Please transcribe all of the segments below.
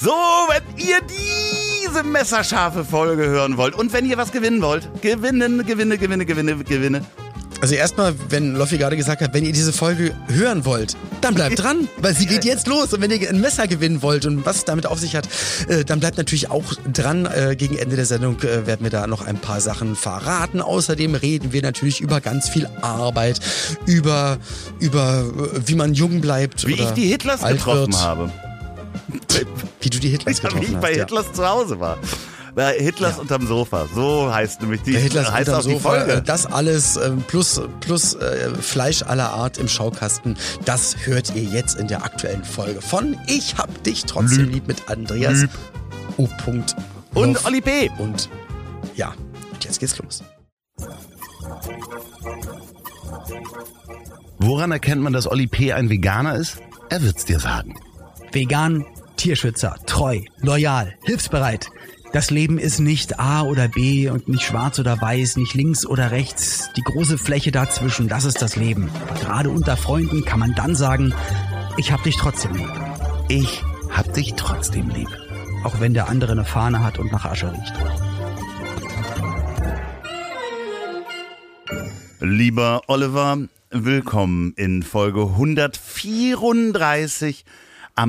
So, wenn ihr diese messerscharfe Folge hören wollt und wenn ihr was gewinnen wollt, Gewinne. Also erstmal, wenn Loffi gerade gesagt hat, wenn ihr diese Folge hören wollt, dann bleibt dran, weil sie geht jetzt los. Und wenn ihr ein Messer gewinnen wollt und was es damit auf sich hat, dann bleibt natürlich auch dran. Gegen Ende der Sendung werden wir da noch ein paar Sachen verraten. Außerdem reden wir natürlich über ganz viel Arbeit, über wie man jung bleibt. Wie ich die Hitlers getroffen habe. Wie du die Hitlers getroffen hast. Wie ich bei Hitlers zu Hause war. Bei Hitlers unterm Sofa. So heißt nämlich die, heißt auch die Folge. Das alles plus Fleisch aller Art im Schaukasten, das hört ihr jetzt in der aktuellen Folge von Ich hab dich trotzdem lieb mit Andreas O. Und Olli P. Und ja, jetzt geht's los. Woran erkennt man, dass Olli P. ein Veganer ist? Er wird's dir sagen. Vegan, Tierschützer, treu, loyal, hilfsbereit. Das Leben ist nicht A oder B und nicht schwarz oder weiß, nicht links oder rechts. Die große Fläche dazwischen, das ist das Leben. Aber gerade unter Freunden kann man dann sagen, ich hab dich trotzdem lieb. Ich hab dich trotzdem lieb. Auch wenn der andere eine Fahne hat und nach Asche riecht. Lieber Oliver, willkommen in Folge 134 am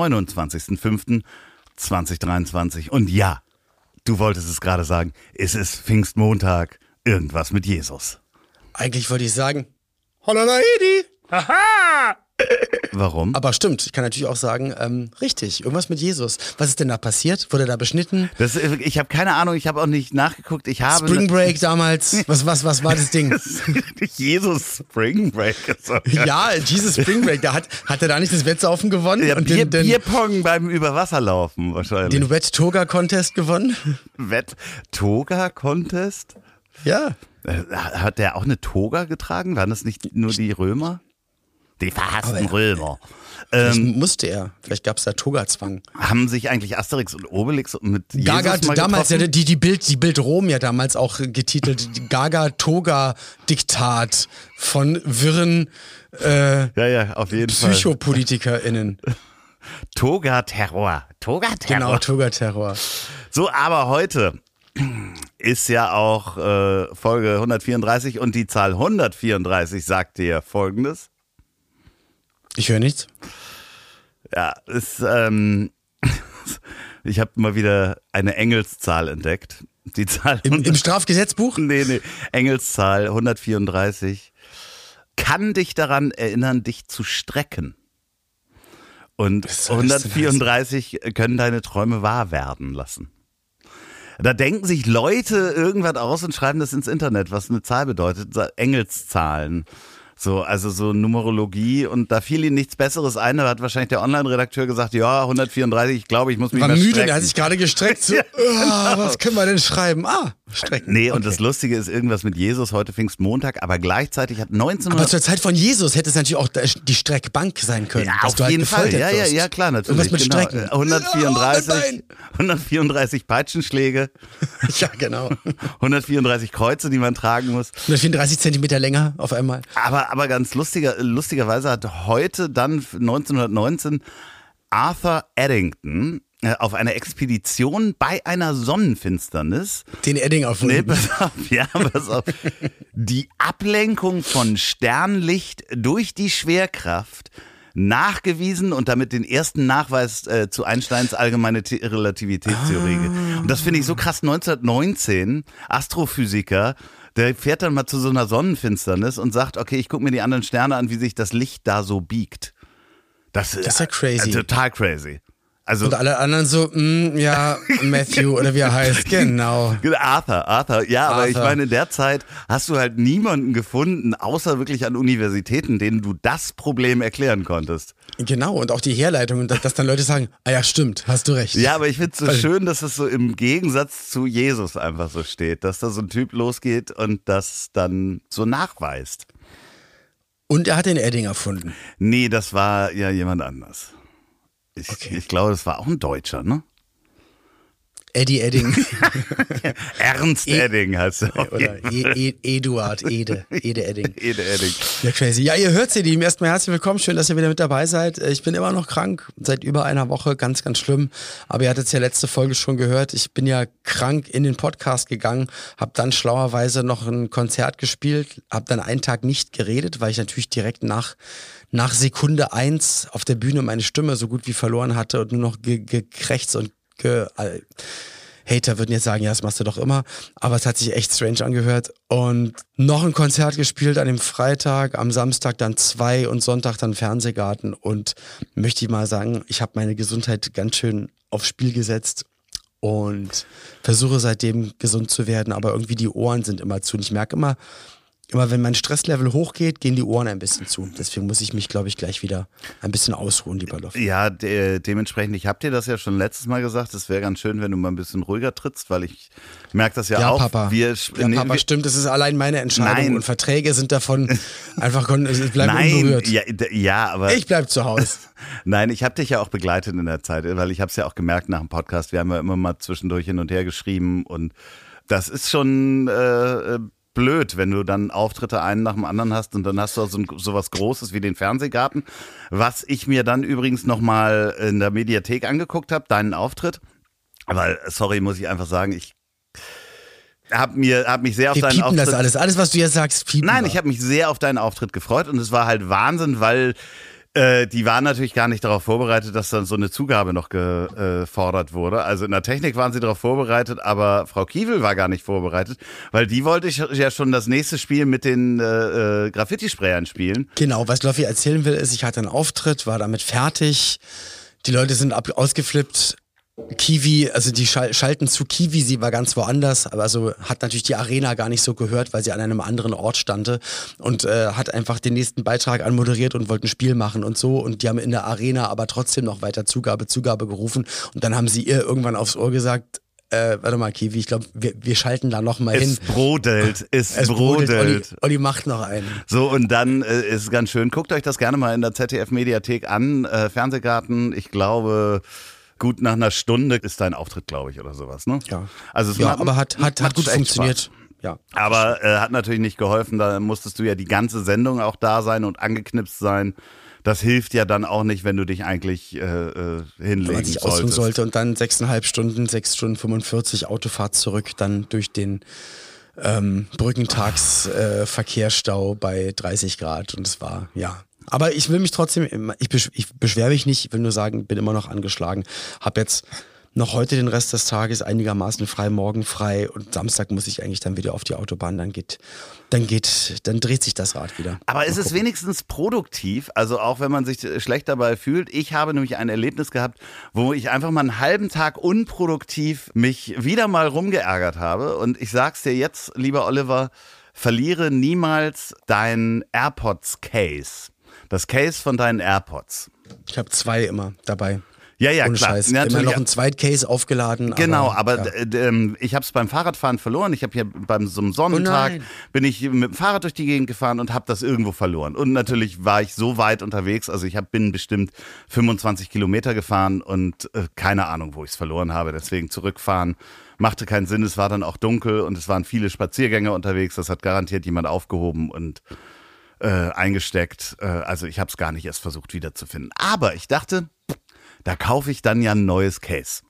29.05.2023. Und ja, du wolltest es gerade sagen, es ist Pfingstmontag, irgendwas mit Jesus. Eigentlich wollte ich sagen, Hollalaidi. Haha! Warum? Aber stimmt, ich kann natürlich auch sagen, richtig, irgendwas mit Jesus. Was ist denn da passiert? Wurde da beschnitten? Ich habe keine Ahnung, ich habe auch nicht nachgeguckt. Spring Break damals, was war das Ding? Jesus Spring Break. Ja, Jesus Spring Break, hat er da nicht das Wettsaufen gewonnen? Ja, und Bierpong beim Überwasserlaufen wahrscheinlich. Den Wet Toga Contest gewonnen? Wet Toga Contest? Ja. Hat der auch eine Toga getragen? Waren das nicht nur die Römer? Die verhassten Römer. Vielleicht musste er. Vielleicht gab es da Toga-Zwang. Haben sich eigentlich Asterix und Obelix mit Jesus Gaga, mal damals getroffen? die Bild Rom ja damals auch getitelt Gaga-Toga-Diktat von wirren ja, auf jeden PsychopolitikerInnen. Toga-Terror. Genau, Toga-Terror. So, aber heute ist ja auch Folge 134 und die Zahl 134 sagt dir Folgendes. Ich höre nichts. Ja, ich habe mal wieder eine Engelszahl entdeckt. Die Zahl Im Strafgesetzbuch? Nee, Engelszahl 134 kann dich daran erinnern, dich zu strecken. Und 134 können deine Träume wahr werden lassen. Da denken sich Leute irgendwas aus und schreiben das ins Internet, was eine Zahl bedeutet, Engelszahlen. So, also so Numerologie, und da fiel ihnen nichts Besseres ein. Da hat wahrscheinlich der Online-Redakteur gesagt, ja, 134, ich glaube, ich muss mich mal strecken. War müde, der hat sich gerade gestreckt. So, genau. Was können wir denn schreiben? Strecken. Nee, und das Lustige ist irgendwas mit Jesus, heute Pfingstmontag, aber gleichzeitig hat 1900... Aber zur Zeit von Jesus hätte es natürlich auch die Streckbank sein können. Ja, auf jeden Fall. Ja, klar, natürlich. Irgendwas mit Strecken. 134 Peitschenschläge. Ja, genau. 134 Kreuze, die man tragen muss. 134 Zentimeter länger auf einmal. Aber ganz lustigerweise hat heute dann 1919 Arthur Eddington auf einer Expedition bei einer Sonnenfinsternis. Den Edding erfunden. Nee, pass auf. Die Ablenkung von Sternlicht durch die Schwerkraft nachgewiesen und damit den ersten Nachweis zu Einsteins allgemeine Relativitätstheorie. Und das finde ich so krass. 1919, Astrophysiker, der fährt dann mal zu so einer Sonnenfinsternis und sagt, okay, ich gucke mir die anderen Sterne an, wie sich das Licht da so biegt. Das ist ja crazy. Total crazy. Also, und alle anderen so, ja, Matthew oder wie er heißt, genau. Arthur, ja, aber ich meine, in der Zeit hast du halt niemanden gefunden, außer wirklich an Universitäten, denen du das Problem erklären konntest. Genau, und auch die Herleitung, und dass dann Leute sagen, ja, stimmt, hast du recht. Ja, aber ich finde es so schön, dass es so im Gegensatz zu Jesus einfach so steht, dass da so ein Typ losgeht und das dann so nachweist. Und er hat den Edding erfunden. Nee, das war ja jemand anders. Ich glaube, das war auch ein Deutscher, ne? Eddie Edding. Ernst Edding heißt er. Oder Eduard, Ede Edding. Ede Edding. Ja, crazy. Ja, ihr hört sie, Lieben. Erstmal herzlich willkommen. Schön, dass ihr wieder mit dabei seid. Ich bin immer noch krank. Seit über einer Woche. Ganz, ganz schlimm. Aber ihr hattet es ja letzte Folge schon gehört. Ich bin ja krank in den Podcast gegangen. Hab dann schlauerweise noch ein Konzert gespielt. Hab dann einen Tag nicht geredet, weil ich natürlich direkt nach Sekunde 1 auf der Bühne meine Stimme so gut wie verloren hatte und nur noch gekrächzt und Hater würden jetzt sagen, ja, das machst du doch immer, aber es hat sich echt strange angehört und noch ein Konzert gespielt an dem Freitag, am Samstag dann 2 und Sonntag dann Fernsehgarten und möchte ich mal sagen, ich habe meine Gesundheit ganz schön aufs Spiel gesetzt und versuche seitdem gesund zu werden, aber irgendwie die Ohren sind immer zu und ich merke immer wenn mein Stresslevel hochgeht, gehen die Ohren ein bisschen zu. Deswegen muss ich mich, glaube ich, gleich wieder ein bisschen ausruhen, lieber Loffi. Ja, dementsprechend, ich habe dir das ja schon letztes Mal gesagt, es wäre ganz schön, wenn du mal ein bisschen ruhiger trittst, weil ich merke das ja auch. Papa. Papa, stimmt, das ist allein meine Entscheidung. Nein. Und Verträge sind davon einfach, es bleibt unberührt. Ja, aber... Ich bleib zu Hause. Nein, ich habe dich ja auch begleitet in der Zeit, weil ich habe es ja auch gemerkt nach dem Podcast, wir haben ja immer mal zwischendurch hin und her geschrieben und das ist schon... blöd, wenn du dann Auftritte einen nach dem anderen hast und dann hast du so was Großes wie den Fernsehgarten, was ich mir dann übrigens nochmal in der Mediathek angeguckt habe, deinen Auftritt, weil, sorry, muss ich einfach sagen, ich hab mich sehr auf deinen Auftritt... das alles, was du jetzt sagst, piepen. Nein, ich habe mich sehr auf deinen Auftritt gefreut und es war halt Wahnsinn, weil die waren natürlich gar nicht darauf vorbereitet, dass dann so eine Zugabe noch gefordert wurde. Also in der Technik waren sie darauf vorbereitet, aber Frau Kiewel war gar nicht vorbereitet, weil die wollte ich ja schon das nächste Spiel mit den Graffiti-Sprayern spielen. Genau, was Loffi erzählen will, ist, ich hatte einen Auftritt, war damit fertig, die Leute sind ausgeflippt. Kiwi, also die schalten zu Kiwi, sie war ganz woanders, aber also hat natürlich die Arena gar nicht so gehört, weil sie an einem anderen Ort stand und hat einfach den nächsten Beitrag anmoderiert und wollte ein Spiel machen und so und die haben in der Arena aber trotzdem noch weiter Zugabe gerufen und dann haben sie ihr irgendwann aufs Ohr gesagt, warte mal Kiwi, ich glaube, wir schalten da noch mal hin. Es brodelt. Olli macht noch einen. So und dann ist es ganz schön, guckt euch das gerne mal in der ZDF-Mediathek an, Fernsehgarten, ich glaube... Gut, nach einer Stunde ist dein Auftritt, glaube ich, oder sowas, ne? Ja. Also aber hat gut funktioniert. Ja. Aber hat natürlich nicht geholfen, da musstest du ja die ganze Sendung auch da sein und angeknipst sein. Das hilft ja dann auch nicht, wenn du dich eigentlich hinlegen wenn man sich ausruhen sollte und dann 6,5 Stunden, 6 Stunden 45 Autofahrt zurück, dann durch den Brückentagsverkehrsstau bei 30 Grad und es war, ja. Aber ich will mich trotzdem, ich beschwere mich nicht, ich will nur sagen, bin immer noch angeschlagen. Hab jetzt noch heute den Rest des Tages einigermaßen frei, morgen frei und Samstag muss ich eigentlich dann wieder auf die Autobahn, dann dreht sich das Rad wieder. Aber ist es wenigstens produktiv, also auch wenn man sich schlecht dabei fühlt? Ich habe nämlich ein Erlebnis gehabt, wo ich einfach mal einen halben Tag unproduktiv mich wieder mal rumgeärgert habe und ich sag's dir jetzt, lieber Oliver, verliere niemals dein AirPods-Case. Das Case von deinen AirPods. Ich habe 2 immer dabei. Ja, ohne klar. Scheiß. Ja, immer noch ein Zweitcase aufgeladen. Genau, aber ich habe es beim Fahrradfahren verloren. Ich habe hier beim so einem Sonnentag bin ich mit dem Fahrrad durch die Gegend gefahren und habe das irgendwo verloren. Und natürlich war ich so weit unterwegs, also ich bin bestimmt 25 Kilometer gefahren und keine Ahnung, wo ich es verloren habe. Deswegen zurückfahren machte keinen Sinn. Es war dann auch dunkel und es waren viele Spaziergänger unterwegs. Das hat garantiert jemand aufgehoben und eingesteckt. Also ich habe es gar nicht erst versucht wiederzufinden. Aber ich dachte, da kaufe ich dann ja ein neues Case.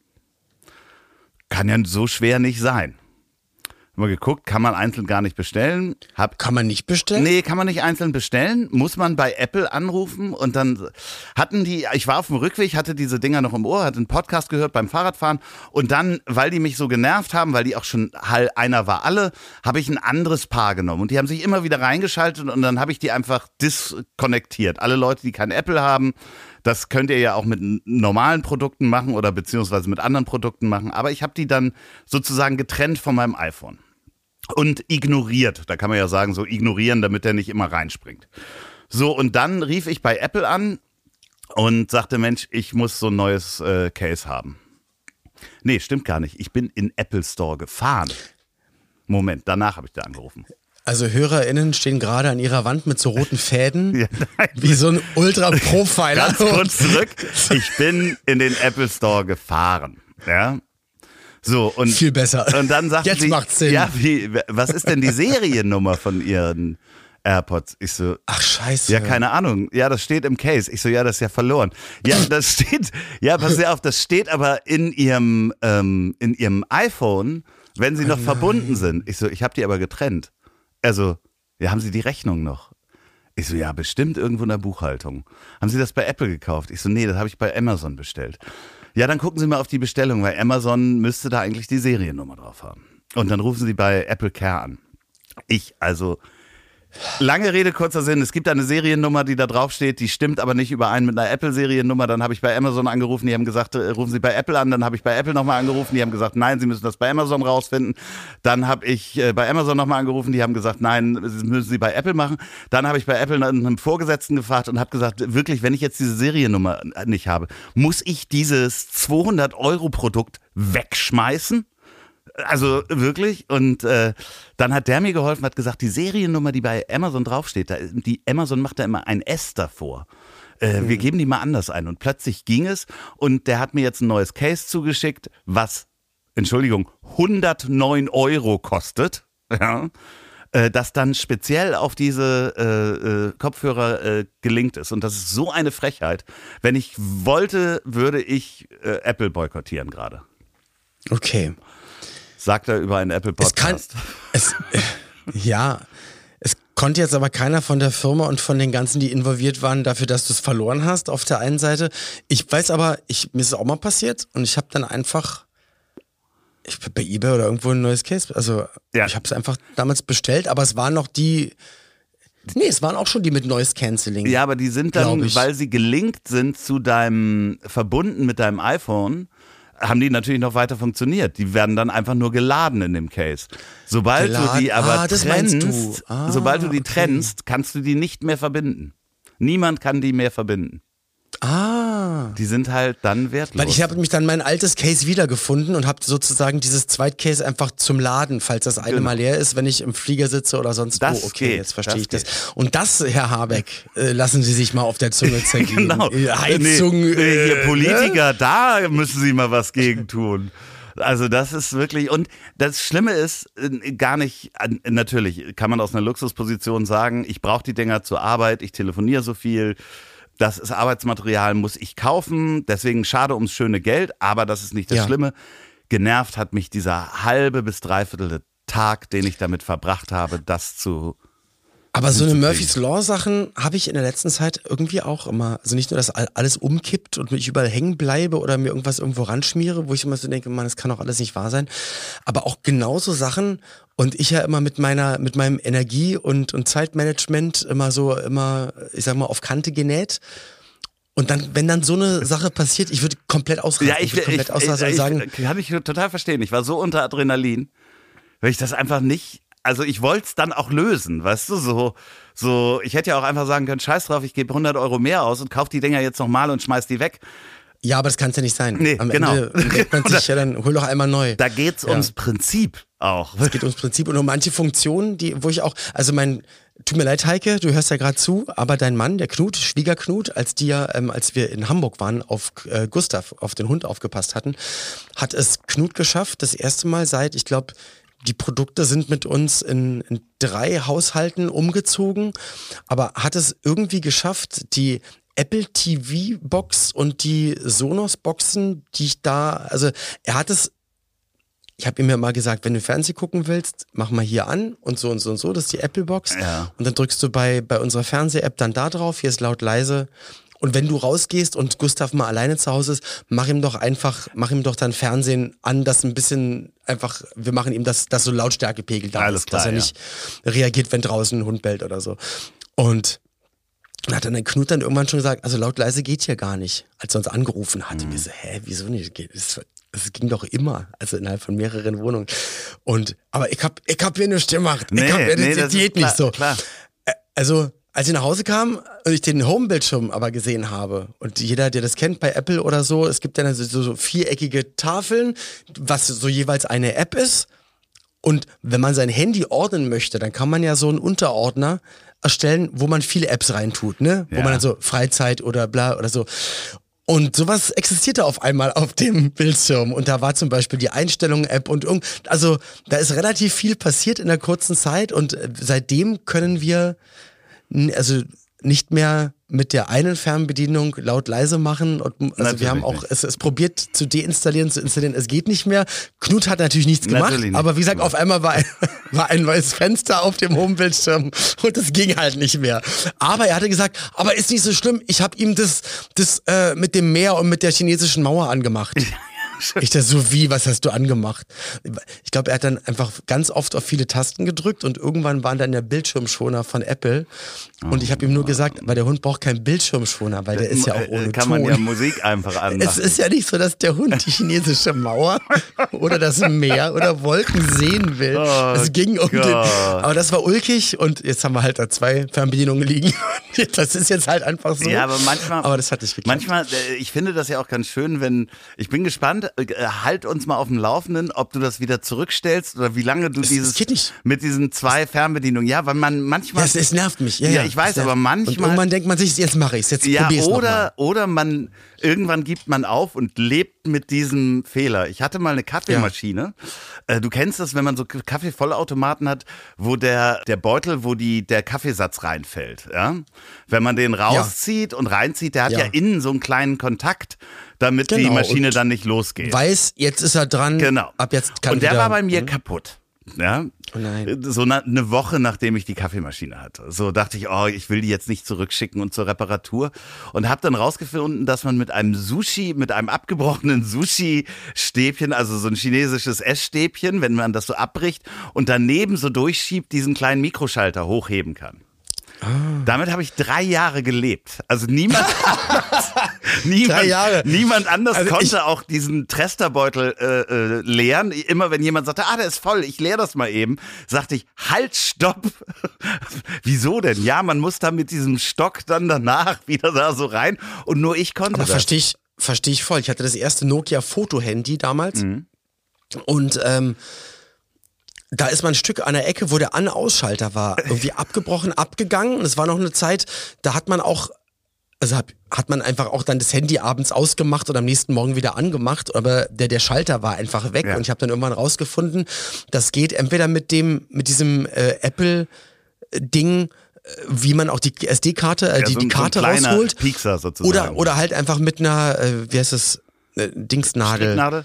Kann ja so schwer nicht sein. Mal geguckt, kann man einzeln gar nicht bestellen. Kann man nicht bestellen? Nee, kann man nicht einzeln bestellen. Muss man bei Apple anrufen und dann ich war auf dem Rückweg, hatte diese Dinger noch im Ohr, hatte einen Podcast gehört beim Fahrradfahren und dann, weil die mich so genervt haben, weil die auch schon einer war alle, habe ich ein anderes Paar genommen und die haben sich immer wieder reingeschaltet und dann habe ich die einfach diskonnektiert. Alle Leute, die kein Apple haben, das könnt ihr ja auch mit normalen Produkten machen oder beziehungsweise mit anderen Produkten machen. Aber ich habe die dann sozusagen getrennt von meinem iPhone und ignoriert. Da kann man ja sagen, so ignorieren, damit der nicht immer reinspringt. So, und dann rief ich bei Apple an und sagte, Mensch, ich muss so ein neues Case haben. Nee, stimmt gar nicht. Ich bin in Apple Store gefahren. Moment, danach habe ich da angerufen. Also HörerInnen stehen gerade an ihrer Wand mit so roten Fäden, ja, wie so ein Ultra-Profiler. Ganz kurz zurück, ich bin in den Apple Store gefahren, ja. So, und, viel besser. Und dann sagt Jetzt sie, macht's Sinn. ja, was ist denn die Seriennummer von ihren AirPods? Ich so, ach scheiße. ja, keine Ahnung. Ja, das steht im Case. Ich so, ja, das ist ja verloren. Ja, das steht, ja, pass auf, das steht aber in ihrem iPhone, wenn sie noch verbunden sind. Ich so, ich habe die aber getrennt. Also, ja, haben Sie die Rechnung noch? Ich so, ja, bestimmt irgendwo in der Buchhaltung. Haben Sie das bei Apple gekauft? Ich so, nee, das habe ich bei Amazon bestellt. Ja, dann gucken Sie mal auf die Bestellung, weil Amazon müsste da eigentlich die Seriennummer drauf haben. Und dann rufen Sie bei Apple Care an. Lange Rede, kurzer Sinn. Es gibt eine Seriennummer, die da drauf steht, die stimmt aber nicht überein mit einer Apple-Seriennummer. Dann habe ich bei Amazon angerufen, die haben gesagt, rufen Sie bei Apple an. Dann habe ich bei Apple nochmal angerufen, die haben gesagt, nein, Sie müssen das bei Amazon rausfinden. Dann habe ich bei Amazon nochmal angerufen, die haben gesagt, nein, das müssen Sie bei Apple machen. Dann habe ich bei Apple einem Vorgesetzten gefragt und habe gesagt, wirklich, wenn ich jetzt diese Seriennummer nicht habe, muss ich dieses 200-Euro-Produkt wegschmeißen? Also wirklich, und dann hat der mir geholfen, hat gesagt, die Seriennummer, die bei Amazon draufsteht, die Amazon macht da immer ein S davor. Wir geben die mal anders ein. Und plötzlich ging es und der hat mir jetzt ein neues Case zugeschickt, was, Entschuldigung, 109 Euro kostet. Ja, das dann speziell auf diese Kopfhörer gelinkt ist. Und das ist so eine Frechheit. Wenn ich wollte, würde ich Apple boykottieren gerade. Okay. Sagt er über einen Apple Podcast. Es konnte jetzt aber keiner von der Firma und von den ganzen, die involviert waren, dafür, dass du es verloren hast, auf der einen Seite. Ich weiß aber, mir ist es auch mal passiert und ich habe dann einfach, bei eBay oder irgendwo ein neues Case, also ich habe es einfach damals bestellt, aber es waren noch es waren auch schon die mit Noise Cancelling. Ja, aber die sind dann, weil sie gelinkt sind verbunden mit deinem iPhone, haben die natürlich noch weiter funktioniert. Die werden dann einfach nur geladen in dem Case. Sobald du die aber trennst, trennst, kannst du die nicht mehr verbinden. Niemand kann die mehr verbinden. Die sind halt dann wertlos. Weil ich habe mich dann mein altes Case wiedergefunden und habe sozusagen dieses Zweitcase einfach zum Laden, falls das eine mal leer ist, wenn ich im Flieger sitze oder sonst wo. Okay, jetzt verstehe ich das. Und das, Herr Habeck, lassen Sie sich mal auf der Zunge zergehen. Genau. Heizung. Hier Politiker, da müssen Sie mal was gegen tun. Also das ist wirklich, und das Schlimme ist gar nicht, natürlich kann man aus einer Luxusposition sagen, ich brauche die Dinger zur Arbeit, ich telefoniere so viel, das ist Arbeitsmaterial, muss ich kaufen, deswegen schade ums schöne Geld, aber das ist nicht das Schlimme. Genervt hat mich dieser halbe bis dreiviertel Tag, den ich damit verbracht habe, das zu... Aber so eine Murphy's Law Sachen habe ich in der letzten Zeit irgendwie auch immer, also nicht nur, dass alles umkippt und ich überall hängen bleibe oder mir irgendwas irgendwo ranschmiere, wo ich immer so denke, Mann, das kann doch alles nicht wahr sein, aber auch genauso Sachen und ich ja immer mit meinem Energie- und Zeitmanagement ich sag mal, auf Kante genäht. Und dann, wenn dann so eine Sache passiert, ich würde komplett ausrasten. Ja, ich kann ich total verstehen. Ich war so unter Adrenalin, weil ich das einfach nicht... Also ich wollte es dann auch lösen, weißt du, so ich hätte ja auch einfach sagen können, scheiß drauf, ich gebe 100 Euro mehr aus und kauf die Dinger jetzt nochmal und schmeiß die weg. Ja, aber das kann es ja nicht sein. Nee, Am genau. Ende denkt man sich, ja, dann hol doch einmal neu. Da geht's ums Prinzip auch. Es geht ums Prinzip und um manche Funktionen, wo ich auch, also tut mir leid, Heike, du hörst ja gerade zu, aber dein Mann, der Knut, Schwiegerknut, als wir in Hamburg waren, auf Gustav, auf den Hund aufgepasst hatten, hat es Knut geschafft, das erste Mal seit, ich glaube, die Produkte sind mit uns in 3 Haushalten umgezogen, aber hat es irgendwie geschafft, die Apple TV Box und die Sonos Boxen, die ich ich habe ihm ja mal gesagt, wenn du Fernsehen gucken willst, mach mal hier an und so und so und so, das ist die Apple Box. Ja. Und dann drückst du bei unserer Fernseh-App dann da drauf, hier ist laut leise. Und wenn du rausgehst und Gustav mal alleine zu Hause ist, mach ihm doch dann Fernsehen an, das ein bisschen einfach, wir machen ihm das so Lautstärkepegel da ist, klar, dass er nicht reagiert, wenn draußen ein Hund bellt oder so. Und dann hat dann der Knut dann irgendwann schon gesagt, also laut leise geht hier gar nicht, als er uns angerufen hat. Und wir so, wieso nicht? Das ging doch immer, also innerhalb von mehreren Wohnungen. Aber ich hab hier nichts gemacht. Das geht nicht so. Klar. Also, als ich nach Hause kam und ich den Home-Bildschirm aber gesehen habe und jeder, der das kennt bei Apple oder so, es gibt dann so viereckige Tafeln, was so jeweils eine App ist und wenn man sein Handy ordnen möchte, dann kann man ja so einen Unterordner erstellen, wo man viele Apps reintut, ne? Ja. Wo man dann so Freizeit oder bla oder so. Und sowas existierte auf einmal auf dem Bildschirm. Und da war zum Beispiel die Einstellungen-App also da ist relativ viel passiert in der kurzen Zeit und seitdem können wir nicht mehr mit der einen Fernbedienung laut leise machen. Und, also wir haben auch es probiert zu deinstallieren, zu installieren, es geht nicht mehr. Knut hat natürlich nichts gemacht, aber wie gesagt, auf einmal war ein neues Fenster auf dem Home-Bildschirm und das ging halt nicht mehr. Aber er hatte gesagt, aber ist nicht so schlimm, ich habe ihm das mit dem Meer und mit der chinesischen Mauer angemacht. Ich dachte so, was hast du angemacht? Ich glaube, er hat dann einfach ganz oft auf viele Tasten gedrückt und irgendwann war dann der Bildschirmschoner von Apple und ich habe ihm nur gesagt, weil der Hund braucht keinen Bildschirmschoner, weil der ist ja auch ohne Ton. Kann man ja Musik einfach anmachen. Es ist ja nicht so, dass der Hund die chinesische Mauer oder das Meer oder Wolken sehen will. Es ging um den, aber das war ulkig und jetzt haben wir halt da 2 Fernbedienungen liegen. Das ist jetzt halt einfach so. Ja, aber manchmal, aber das hat nicht geklappt. Manchmal, ich finde das ja auch ganz schön, ich bin gespannt, halt uns mal auf dem Laufenden, ob du das wieder zurückstellst oder wie lange du mit diesen 2 Fernbedienungen, ja, weil man manchmal... Ja, es nervt mich. Ja, ich weiß, aber manchmal... Und irgendwann denkt man sich, jetzt mache ich's, jetzt probier's nochmal. Oder irgendwann gibt man auf und lebt mit diesem Fehler. Ich hatte mal eine Kaffeemaschine. Ja. Du kennst das, wenn man so Kaffeevollautomaten hat, wo der Beutel, wo der Kaffeesatz reinfällt, ja? Wenn man den rauszieht und reinzieht, der hat ja innen so einen kleinen Kontakt, damit die Maschine dann nicht losgeht. Weiß, jetzt ist er dran. Genau. Ab jetzt kann und der war bei mir kaputt. Ja, oh nein. So eine Woche, nachdem ich die Kaffeemaschine hatte. So dachte ich, ich will die jetzt nicht zurückschicken und zur Reparatur. Und habe dann rausgefunden, dass man mit einem abgebrochenen Sushi-Stäbchen, also so ein chinesisches Essstäbchen, wenn man das so abbricht und daneben so durchschiebt, diesen kleinen Mikroschalter hochheben kann. Damit habe ich 3 Jahre gelebt. Also niemand anders also konnte auch diesen Tresterbeutel leeren. Immer wenn jemand sagte, der ist voll, ich leere das mal eben, sagte ich, halt, stopp. Wieso denn? Ja, man muss da mit diesem Stock dann danach wieder da so rein und nur ich konnte das. Aber verstehe ich voll. Ich hatte das erste Nokia-Foto-Handy damals und da ist man ein Stück an der Ecke, wo der An-Ausschalter war, irgendwie abgebrochen, abgegangen. Und es war noch eine Zeit, da hat man hat man einfach auch dann das Handy abends ausgemacht und am nächsten Morgen wieder angemacht, aber der Schalter war einfach weg und ich habe dann irgendwann rausgefunden, das geht entweder mit diesem Apple-Ding, wie man auch die SD-Karte, die Karte rausholt, Piekser sozusagen. Oder halt einfach mit einer, wie heißt es, Dingsnadel.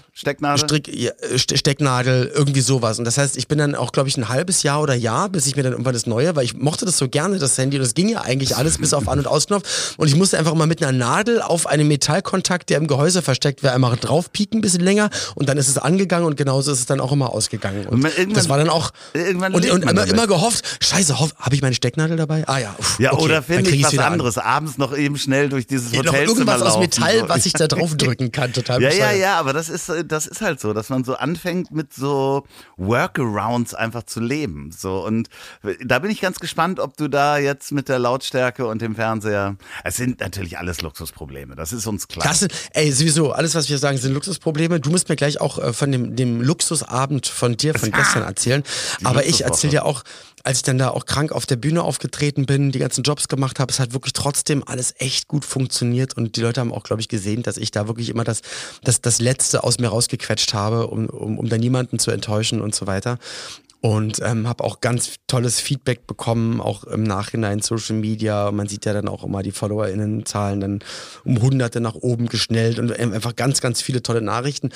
Stecknadel, irgendwie sowas. Und das heißt, ich bin dann auch, glaube ich, ein halbes Jahr oder Jahr, bis ich mir dann irgendwann das Neue, weil ich mochte das so gerne, das Handy, und das ging ja eigentlich alles bis auf An- und Ausknopf. Und ich musste einfach mal mit einer Nadel auf einen Metallkontakt, der im Gehäuse versteckt wäre, einmal draufpieken, ein bisschen länger, und dann ist es angegangen und genauso ist es dann auch immer ausgegangen. Und das war dann auch, und immer gehofft, scheiße, habe ich meine Stecknadel dabei? Ah ja. Ja, okay, oder finde ich was anderes, abends noch eben schnell durch dieses Hotelzimmer laufen. Irgendwas aus Metall, was ich da drauf drücken kann. Total ja, aber das ist halt so, dass man so anfängt mit so Workarounds einfach zu leben. So, und da bin ich ganz gespannt, ob du da jetzt mit der Lautstärke und dem Fernseher, es sind natürlich alles Luxusprobleme, das ist uns klar. Sowieso, alles was wir sagen sind Luxusprobleme. Du musst mir gleich auch von dem Luxusabend von dir von gestern erzählen, aber ich erzähle dir auch, als ich dann da auch krank auf der Bühne aufgetreten bin, die ganzen Jobs gemacht habe, es hat wirklich trotzdem alles echt gut funktioniert und die Leute haben auch, glaube ich, gesehen, dass ich da wirklich immer das Letzte aus mir rausgequetscht habe, um da niemanden zu enttäuschen und so weiter. Und habe auch ganz tolles Feedback bekommen, auch im Nachhinein Social Media. Man sieht ja dann auch immer die FollowerInnen-Zahlen dann um Hunderte nach oben geschnellt und einfach ganz, ganz viele tolle Nachrichten.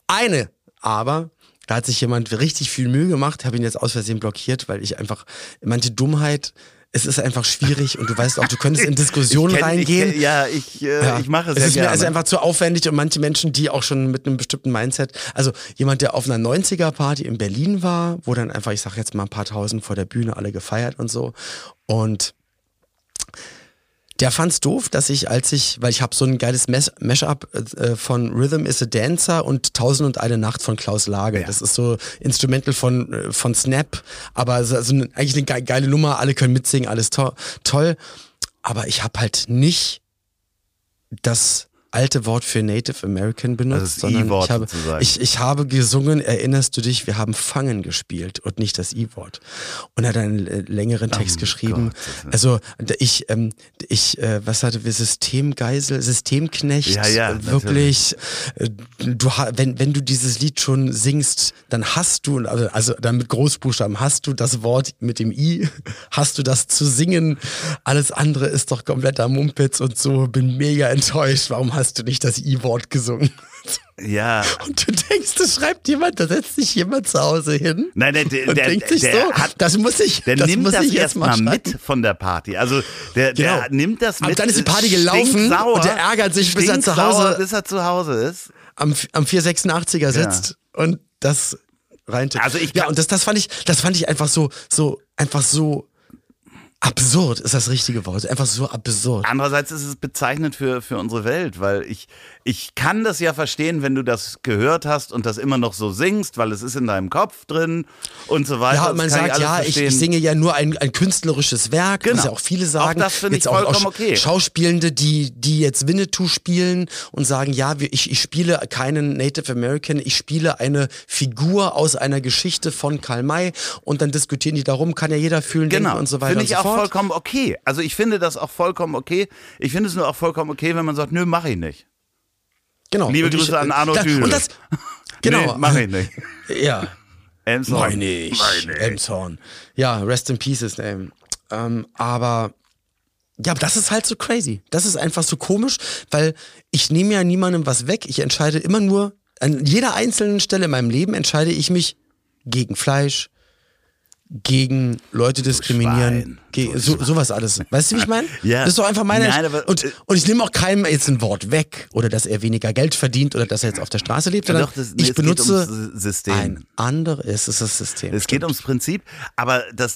Da hat sich jemand richtig viel Mühe gemacht, habe ihn jetzt aus Versehen blockiert, weil ich einfach, manche Dummheit, es ist einfach schwierig und du weißt auch, du könntest in Diskussionen reingehen. Ich mache es ja ist gerne. Mir also einfach zu aufwendig und manche Menschen, die auch schon mit einem bestimmten Mindset, also jemand, der auf einer 90er-Party in Berlin war, wo dann einfach, ich sag jetzt mal ein paar tausend vor der Bühne alle gefeiert und so, und der fand's doof, weil ich habe so ein geiles Mashup von Rhythm is a Dancer und 1001 Nacht von Klaus Lage. Ja. Das ist so Instrumental von Snap, aber eigentlich eine geile Nummer, alle können mitsingen, alles toll. Aber ich habe halt nicht das alte Wort für Native American benutzt, das sondern I-Wort sozusagen. ich habe gesungen, erinnerst du dich, wir haben Fangen gespielt und nicht das I-Wort. Und er hat einen längeren Text geschrieben. Gott. Also was hatte wir, Systemknecht, wirklich, wenn du dieses Lied schon singst, dann hast du, also dann mit Großbuchstaben, hast du das Wort mit dem I, hast du das zu singen, alles andere ist doch kompletter Mumpitz und so, bin mega enttäuscht, warum hast du nicht das I-Wort gesungen? Ja. Und du denkst, das schreibt jemand, da setzt sich jemand zu Hause hin. Nein, und denkt sich so, das muss ich nimmt das jetzt mal mit von der Party. Also der nimmt das mit. Aber dann ist die Party gelaufen und der ärgert sich, bis er zu Hause ist. Am 486er sitzt und das reintippt. Also das fand ich einfach so absurd ist das richtige Wort. Einfach so absurd. Andererseits ist es bezeichnend für unsere Welt, weil ich kann das ja verstehen, wenn du das gehört hast und das immer noch so singst, weil es ist in deinem Kopf drin und so weiter. Ja, und man sagt, ich singe ja nur ein künstlerisches Werk, was ja auch viele sagen. Auch das finde ich vollkommen okay. Schauspielende, die jetzt Winnetou spielen und sagen, ja, ich spiele keinen Native American, ich spiele eine Figur aus einer Geschichte von Karl May und dann diskutieren die darum, kann ja jeder fühlen, denken und so weiter und so fort. Vollkommen okay. Also ich finde das auch vollkommen okay. Ich finde es nur auch vollkommen okay, wenn man sagt, nö, mach ich nicht. Genau. Liebe Grüße an Arno Düdel. Genau. Nee, mach ich nicht. Ja. Elmshorn. Meine ich. Elmshorn. Ja, rest in pieces, ey. Aber das ist halt so crazy. Das ist einfach so komisch, weil ich nehme ja niemandem was weg. Ich entscheide immer nur, an jeder einzelnen Stelle in meinem Leben entscheide ich mich gegen Fleisch, gegen Leute diskriminieren, sowas alles. Weißt du, wie ich meine? Ja. Das ist doch einfach meine... Nein, und ich nehme auch keinem jetzt ein Wort weg oder dass er weniger Geld verdient oder dass er jetzt auf der Straße lebt, sondern ich benutze ein anderes, es ist das System. Es geht ums Prinzip, aber das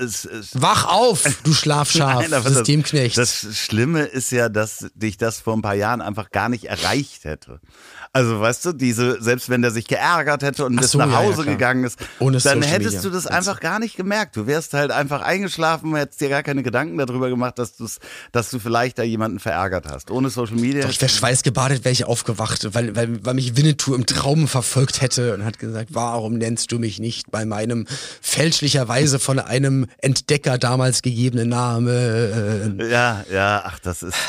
wach auf, du Schlafschaf, Systemknecht. Das Schlimme ist ja, dass dich das vor ein paar Jahren einfach gar nicht erreicht hätte. Also weißt du, selbst wenn der sich geärgert hätte und bis nach Hause gegangen ist, dann hättest du das einfach gar nicht gemerkt. Du wärst halt einfach eingeschlafen, hättest dir gar keine Gedanken darüber gemacht, dass du vielleicht da jemanden verärgert hast. Ohne Social Media. Doch, ich wäre schweißgebadet, wäre ich aufgewacht, weil mich Winnetou im Traum verfolgt hätte und hat gesagt, warum nennst du mich nicht bei meinem fälschlicherweise von einem Entdecker damals gegebenen Namen? Ja, ach, das ist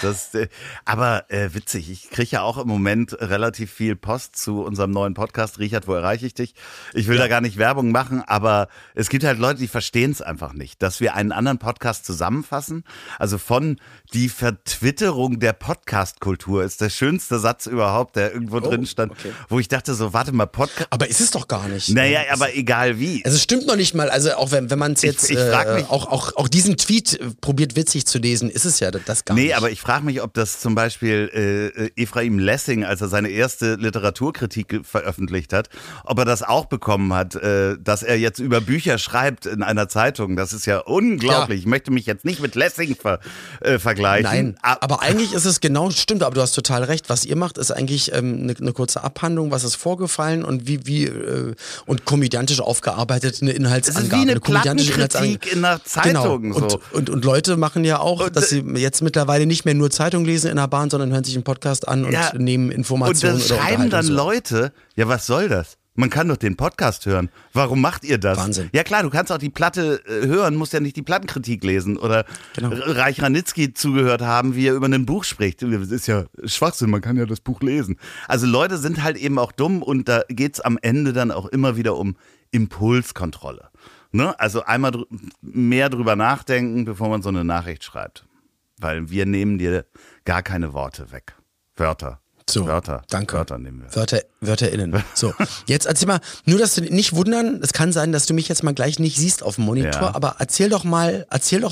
aber witzig. Ich kriege ja auch im Moment relativ viel Post zu unserem neuen Podcast. Richard, wo erreiche ich dich? Ich will da gar nicht Werbung machen, aber es gibt halt Leute, die verstehen es einfach nicht, dass wir einen anderen Podcast zusammenfassen. Also von die Vertwitterung der Podcast-Kultur ist der schönste Satz überhaupt, der irgendwo drin stand, wo ich dachte so, warte mal, Podcast. Aber ist es doch gar nicht. Naja, aber egal wie. Also es stimmt noch nicht mal, also auch wenn man es jetzt, auch diesen Tweet probiert witzig zu lesen, ist es ja das gar nicht. Nee, aber ich frage mich, ob das zum Beispiel Ephraim Lessing, als er seine erste Literaturkritik veröffentlicht hat, ob er das auch bekommen hat, dass er jetzt über Bücher schreibt in einer Zeitung. Das ist ja unglaublich. Ja. Ich möchte mich jetzt nicht mit Lessing vergleichen. Nein, aber eigentlich ist es genau, stimmt, aber du hast total recht. Was ihr macht, ist eigentlich eine kurze Abhandlung, was ist vorgefallen und wie und komödiantisch aufgearbeitet eine Inhaltsangabe. Es ist wie eine Plattenkritik in einer Zeitung. Genau. So. Und Leute machen ja auch, dass sie jetzt mittlerweile nicht mehr nur Zeitung lesen in der Bahn, sondern hören sich einen Podcast an und nehmen Informationen. Und dann schreiben dann Leute, ja, was soll das? Man kann doch den Podcast hören. Warum macht ihr das? Wahnsinn. Ja klar, du kannst auch die Platte hören, musst ja nicht die Plattenkritik lesen oder Reich Ranitzky zugehört haben, wie er über ein Buch spricht. Das ist ja Schwachsinn, man kann ja das Buch lesen. Also Leute sind halt eben auch dumm und da geht's am Ende dann auch immer wieder um Impulskontrolle. Ne? Also einmal mehr drüber nachdenken, bevor man so eine Nachricht schreibt. Weil wir nehmen dir gar keine Worte weg. Wörter. So, Wörter. Danke. Wörter nehmen wir. WörterInnen. So, jetzt erzähl mal, nur dass du nicht wundern, es kann sein, dass du mich jetzt mal gleich nicht siehst auf dem Monitor, aber erzähl doch mal,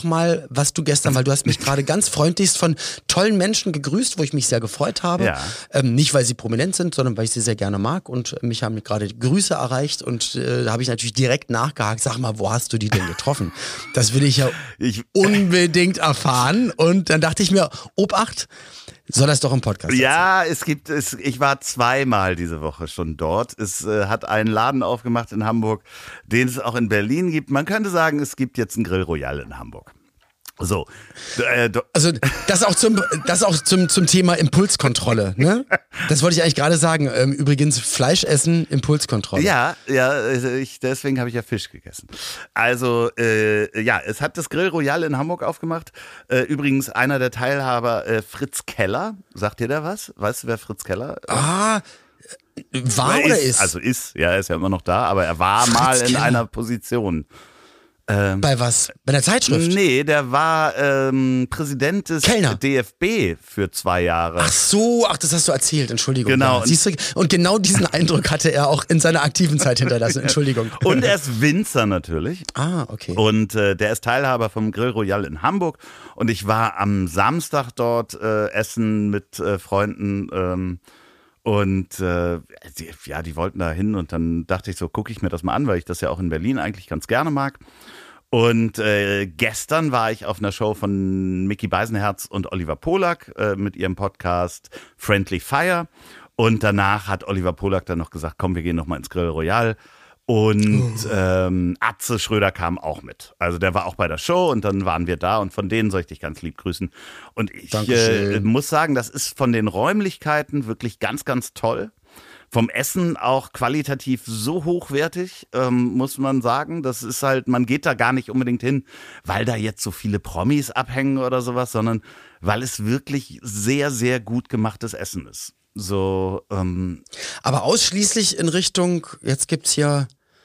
was du gestern, weil du hast mich gerade ganz freundlichst von tollen Menschen gegrüßt, wo ich mich sehr gefreut habe. Ja. Nicht, weil sie prominent sind, sondern weil ich sie sehr gerne mag und mich haben gerade Grüße erreicht und da habe ich natürlich direkt nachgehakt, sag mal, wo hast du die denn getroffen? Das will ich ja unbedingt erfahren und dann dachte ich mir, Obacht, soll das doch im Podcast sein? Ja, ich war zweimal diese Woche schon dort. Es hat einen Laden aufgemacht in Hamburg, den es auch in Berlin gibt. Man könnte sagen, es gibt jetzt einen Grill Royal in Hamburg. So. Also das auch zum Thema Impulskontrolle, ne? Das wollte ich eigentlich gerade sagen. Übrigens Fleischessen, Impulskontrolle. Ja, deswegen habe ich ja Fisch gegessen. Also es hat das Grill Royal in Hamburg aufgemacht. Übrigens einer der Teilhaber, Fritz Keller. Sagt dir der was? Weißt du, wer Fritz Keller ist? War oder ist? Also er ist ja immer noch da, aber er war Fritz mal in Keller. einer Position. Bei was? Bei der Zeitschrift? Nee, der war Präsident des Kellner. DFB für 2 Jahre. Ach, das hast du erzählt, Entschuldigung. Genau. Ja, siehst du, und genau diesen Eindruck hatte er auch in seiner aktiven Zeit hinterlassen, Entschuldigung. Und er ist Winzer natürlich. Okay. Und der ist Teilhaber vom Grill Royal in Hamburg. Und ich war am Samstag dort essen mit Freunden. Die wollten da hin und dann dachte ich so, gucke ich mir das mal an, weil ich das ja auch in Berlin eigentlich ganz gerne mag. Und gestern war ich auf einer Show von Micky Beisenherz und Oliver Polak mit ihrem Podcast Friendly Fire. Und danach hat Oliver Polak dann noch gesagt, komm, wir gehen noch mal ins Grill Royal. Und Atze Schröder kam auch mit. Also der war auch bei der Show und dann waren wir da und von denen soll ich dich ganz lieb grüßen. Und ich muss sagen, das ist von den Räumlichkeiten wirklich ganz, ganz toll. Vom Essen auch qualitativ so hochwertig, muss man sagen. Das ist halt, man geht da gar nicht unbedingt hin, weil da jetzt so viele Promis abhängen oder sowas, sondern weil es wirklich sehr, sehr gut gemachtes Essen ist. So, Aber ausschließlich in Richtung, jetzt gibt's hier,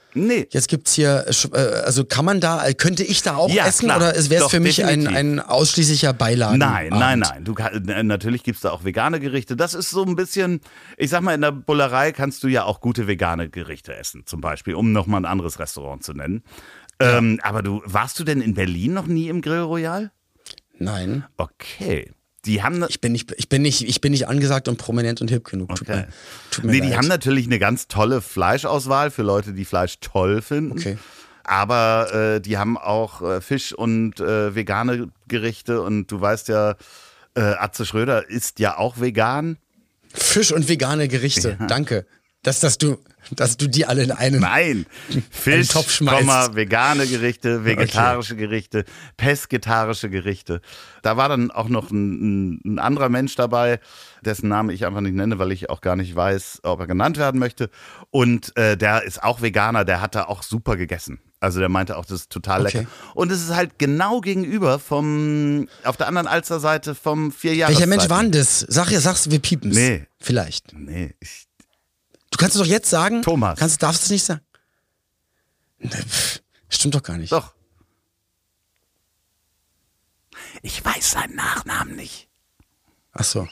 also könnte ich da auch essen klar. oder wäre es für mich definitiv. ein ausschließlicher Beilagen? Nein. Natürlich gibt's da auch vegane Gerichte. Das ist so ein bisschen, ich sag mal, in der Bullerei kannst du ja auch gute vegane Gerichte essen, zum Beispiel, um nochmal ein anderes Restaurant zu nennen. Ja. Aber warst du denn in Berlin noch nie im Grill Royal? Nein. Okay. Die haben ich bin nicht angesagt und prominent und hip genug. Okay. Tut mir leid. Die haben natürlich eine ganz tolle Fleischauswahl für Leute, die Fleisch toll finden. Okay. Aber die haben auch Fisch und vegane Gerichte und du weißt ja, Atze Schröder ist ja auch vegan. Fisch und vegane Gerichte, danke. Dass du die alle in einen Fisch, Topf schmeißt. vegane Gerichte, vegetarische Gerichte, pesketarische Gerichte. Da war dann auch noch ein anderer Mensch dabei, dessen Namen ich einfach nicht nenne, weil ich auch gar nicht weiß, ob er genannt werden möchte. Und der ist auch Veganer, der hat da auch super gegessen. Also der meinte auch, das ist total lecker. Und es ist halt genau gegenüber auf der anderen Alsterseite vom 4 Jahres. Welcher Mensch war denn das? Sag's, wir piepen's. Nee. Vielleicht. Nee, Du kannst es doch jetzt sagen. Thomas. Darfst du es nicht sagen? Stimmt doch gar nicht. Doch. Ich weiß seinen Nachnamen nicht. Ach so.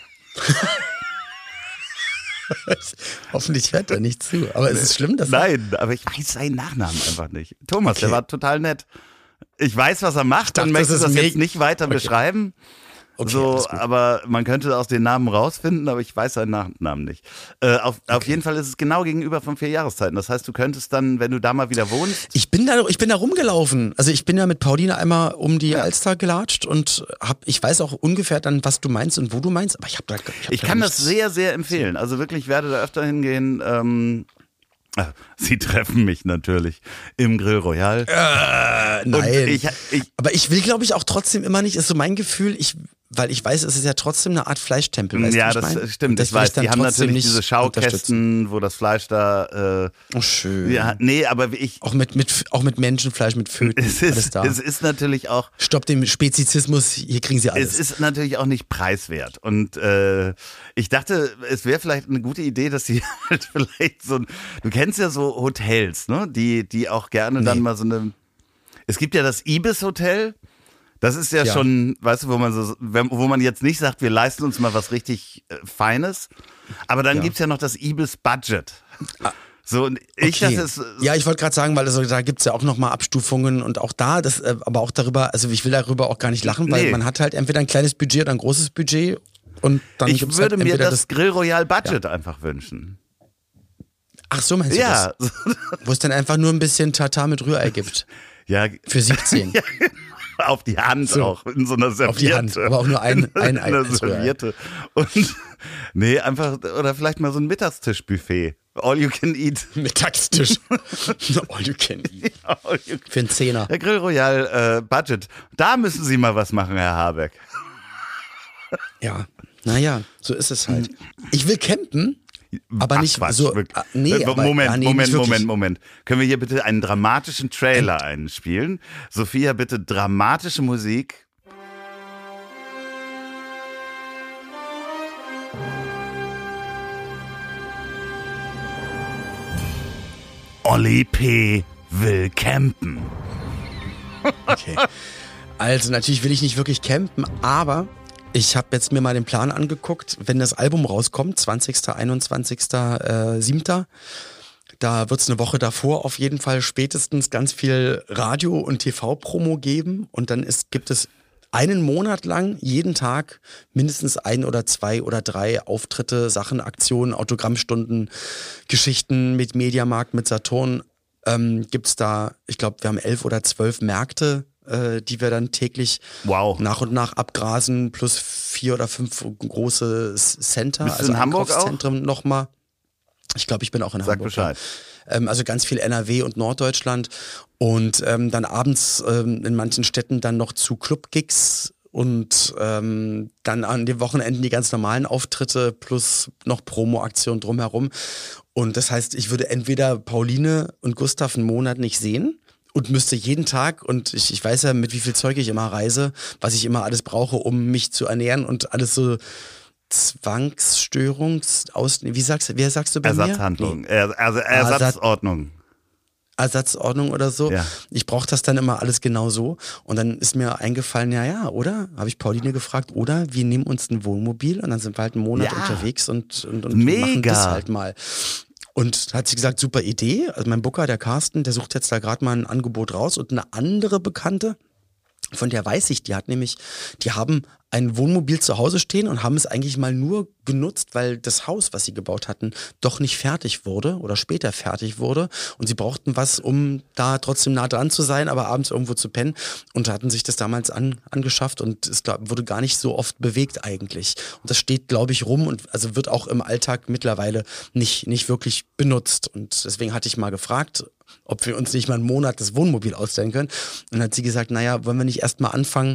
Hoffentlich hört er nicht zu. Aber ist es schlimm, dass Nein, aber ich weiß seinen Nachnamen einfach nicht. Thomas, der war total nett. Ich weiß, was er macht und möchte das jetzt nicht weiter beschreiben. Okay, aber man könnte aus den Namen rausfinden, aber ich weiß seinen Nachnamen nicht. Auf jeden Fall ist es genau gegenüber von 4 Jahreszeiten. Das heißt, du könntest dann, wenn du da mal wieder wohnst. Ich bin da rumgelaufen. Also ich bin ja mit Pauline einmal um die Alster gelatscht und ich weiß auch ungefähr dann, was du meinst und wo du meinst, aber ich kann das sehr, sehr empfehlen. Also wirklich, ich werde da öfter hingehen. Sie treffen mich natürlich im Grill Royal. Nein. Aber ich will, glaube ich, auch trotzdem immer nicht, ist so mein Gefühl, weil ich weiß, es ist ja trotzdem eine Art Fleischtempel. Weißt ja, du, das stimmt. Ich weiß, die haben natürlich diese Schaukästen, wo das Fleisch da. Oh, schön. Ja, nee, aber auch mit Menschenfleisch, mit Föten. Es ist natürlich auch. Stopp dem Spezizismus, hier kriegen sie alles. Es ist natürlich auch nicht preiswert. Und ich dachte, es wäre vielleicht eine gute Idee, dass sie halt vielleicht du kennst ja so Hotels, ne? Die auch gerne dann mal so eine. Es gibt ja das Ibis-Hotel. Das ist ja schon, weißt du, wo man jetzt nicht sagt, wir leisten uns mal was richtig Feines. Aber dann gibt's ja noch das Ibis-Budget. So, und ich wollte gerade sagen, weil da gibt's ja auch nochmal Abstufungen und auch da, aber auch darüber, also ich will darüber auch gar nicht lachen, weil man hat halt entweder ein kleines Budget oder ein großes Budget und dann ich würde mir das Grill Royal Budget einfach wünschen. Ach so, meinst du das? Wo es dann einfach nur ein bisschen Tatar mit Rührei gibt. Ja. Für 17. Ja. Auf die Hand auch, in so einer Serviette. Auf die Hand, aber auch nur ein Ei. In einer Serviette. Und, einfach, oder vielleicht mal so ein Mittagstischbuffet. All you can eat. Mittagstisch. All you can eat. Ja, all you can. Für einen Zehner. Der Grill Royal Budget. Da müssen Sie mal was machen, Herr Habeck. Ja, naja, so ist es halt. Ich will campen, aber Ach, nicht Quatsch, so. wirklich. Nee, aber, Moment. Können wir hier bitte einen dramatischen Trailer einspielen? Sophia, bitte dramatische Musik. Olli P. will campen. Okay. Also natürlich will ich nicht wirklich campen, aber ich habe jetzt mir mal den Plan angeguckt, wenn das Album rauskommt, 20., 21.07., da wird es eine Woche davor auf jeden Fall spätestens ganz viel Radio- und TV-Promo geben und dann gibt es einen Monat lang jeden Tag mindestens 1 oder 2 oder 3 Auftritte, Sachen, Aktionen, Autogrammstunden, Geschichten mit Mediamarkt, mit Saturn. Gibt's da, ich glaube, wir haben 11 oder 12 Märkte, die wir dann täglich nach und nach abgrasen, plus 4 oder 5 große Center, Bist du also in Hamburg Einkaufszentren nochmal. Ich glaube, ich bin auch in Sag Hamburg. Bescheid. Also ganz viel NRW und Norddeutschland und dann abends in manchen Städten dann noch zu Club-Gigs und dann an den Wochenenden die ganz normalen Auftritte plus noch Promo-Aktionen drumherum. Und das heißt, ich würde entweder Pauline und Gustav einen Monat nicht sehen und müsste jeden Tag, und ich weiß ja, mit wie viel Zeug ich immer reise, was ich immer alles brauche, um mich zu ernähren und alles so wie sagst du bei Ersatzhandlung, mir? Ersatzordnung. Ersatzordnung oder so. Ja. Ich brauche das dann immer alles genau so. Und dann ist mir eingefallen, oder? Habe ich Pauline gefragt, oder wir nehmen uns ein Wohnmobil und dann sind wir halt einen Monat unterwegs und machen das halt mal. Und hat sie gesagt, super Idee. Also mein Booker, der Carsten, der sucht jetzt da gerade mal ein Angebot raus. Und eine andere Bekannte, von der weiß ich, die haben ein Wohnmobil zu Hause stehen und haben es eigentlich mal nur genutzt, weil das Haus, was sie gebaut hatten, doch nicht fertig wurde oder später fertig wurde. Und sie brauchten was, um da trotzdem nah dran zu sein, aber abends irgendwo zu pennen. Und hatten sich das damals angeschafft und es wurde gar nicht so oft bewegt eigentlich. Und das steht, glaube ich, rum und also wird auch im Alltag mittlerweile nicht wirklich benutzt. Und deswegen hatte ich mal gefragt, ob wir uns nicht mal einen Monat das Wohnmobil ausstellen können. Und dann hat sie gesagt, wollen wir nicht erst mal anfangen,